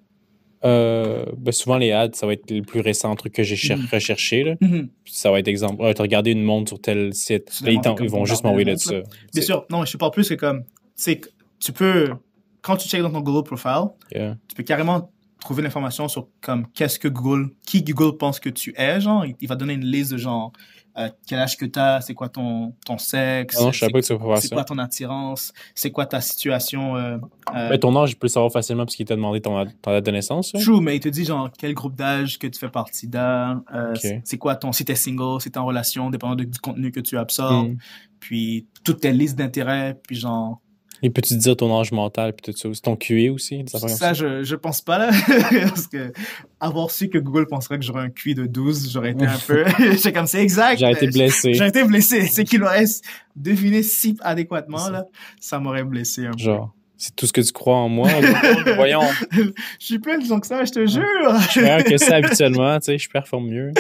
Ben souvent, les ads, ça va être le plus récent truc que j'ai recherché. Là. Puis ça va être exemple, tu as regardé une montre sur tel site. Là, ils vont juste m'envoyer de ça. Bien sûr, non, je te parle plus que comme, tu peux, quand tu checkes dans ton Google Profile, tu peux carrément trouver l'information sur comme qui Google pense que tu es, genre, il va donner une liste de genre, quel âge que t'as, c'est quoi ton sexe, non, je savais pas que tu vas faire ça. C'est quoi ton attirance, c'est quoi ta situation. Ben, ton âge, il peut le savoir facilement parce qu'il t'a demandé ton date de naissance. True, mais il te dit genre quel groupe d'âge que tu fais partie d'un, c'est quoi si t'es single, si t'es en relation, dépendant du contenu que tu absorbes, puis toutes tes listes d'intérêts, puis genre. Et peux-tu te dire ton âge mental puis tout ça? C'est ton QI aussi? Ça, je pense pas, là. Parce que avoir su que Google penserait que j'aurais un QI de 12, j'aurais été un peu... J'étais comme, c'est exact. J'ai été blessé. J'ai été blessé. C'est qu'il aurait deviné si adéquatement, là. Ça m'aurait blessé un peu. Genre, c'est tout ce que tu crois en moi. Voyons. Je suis plus intelligent que ça, je te jure. Je suis meilleur que ça habituellement, tu sais. Je performe mieux.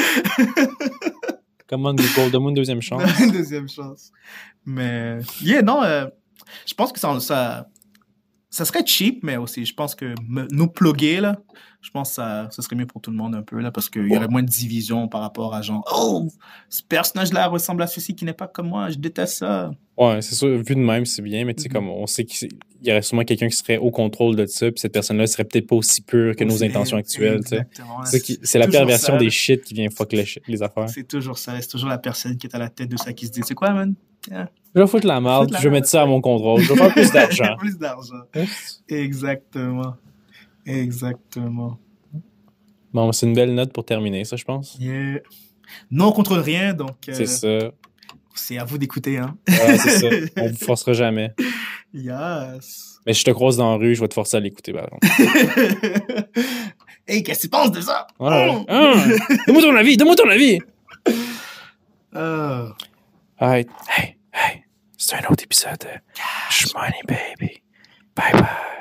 Comment Google, donne-moi une deuxième chance. Une deuxième chance. Mais, non, je pense que ça serait cheap, mais aussi, je pense que nous plugger, là, je pense que ça serait mieux pour tout le monde un peu, là, parce qu'il y aurait moins de division par rapport à genre, oh, ce personnage-là ressemble à ceci qui n'est pas comme moi, je déteste ça. Ouais, c'est sûr, vu de même, c'est bien, mais tu sais, comme on sait qu'il y aurait sûrement quelqu'un qui serait au contrôle de ça, puis cette personne-là serait peut-être pas aussi pure que nos intentions actuelles, tu sais. C'est la perversion des shit qui vient fuck les affaires. C'est toujours ça, c'est toujours la personne qui est à la tête de ça qui se dit, c'est quoi, man? Yeah. Je vais foutre la merde, je vais mettre ça à mon contrôle. Je vais faire plus d'argent. Plus d'argent. Exactement. Bon, c'est une belle note pour terminer, ça, je pense. Yeah. Non, on contrôle rien, donc... c'est ça. C'est à vous d'écouter, hein. Ouais, c'est ça. On vous forcera jamais. Yes. Mais si je te croise dans la rue, je vais te forcer à l'écouter, par exemple. Hey, qu'est-ce que tu penses de ça? Ouais. Donne-moi ton avis! Alright. Hey. C'est un autre épisode de Shmoney Baby. Bye bye.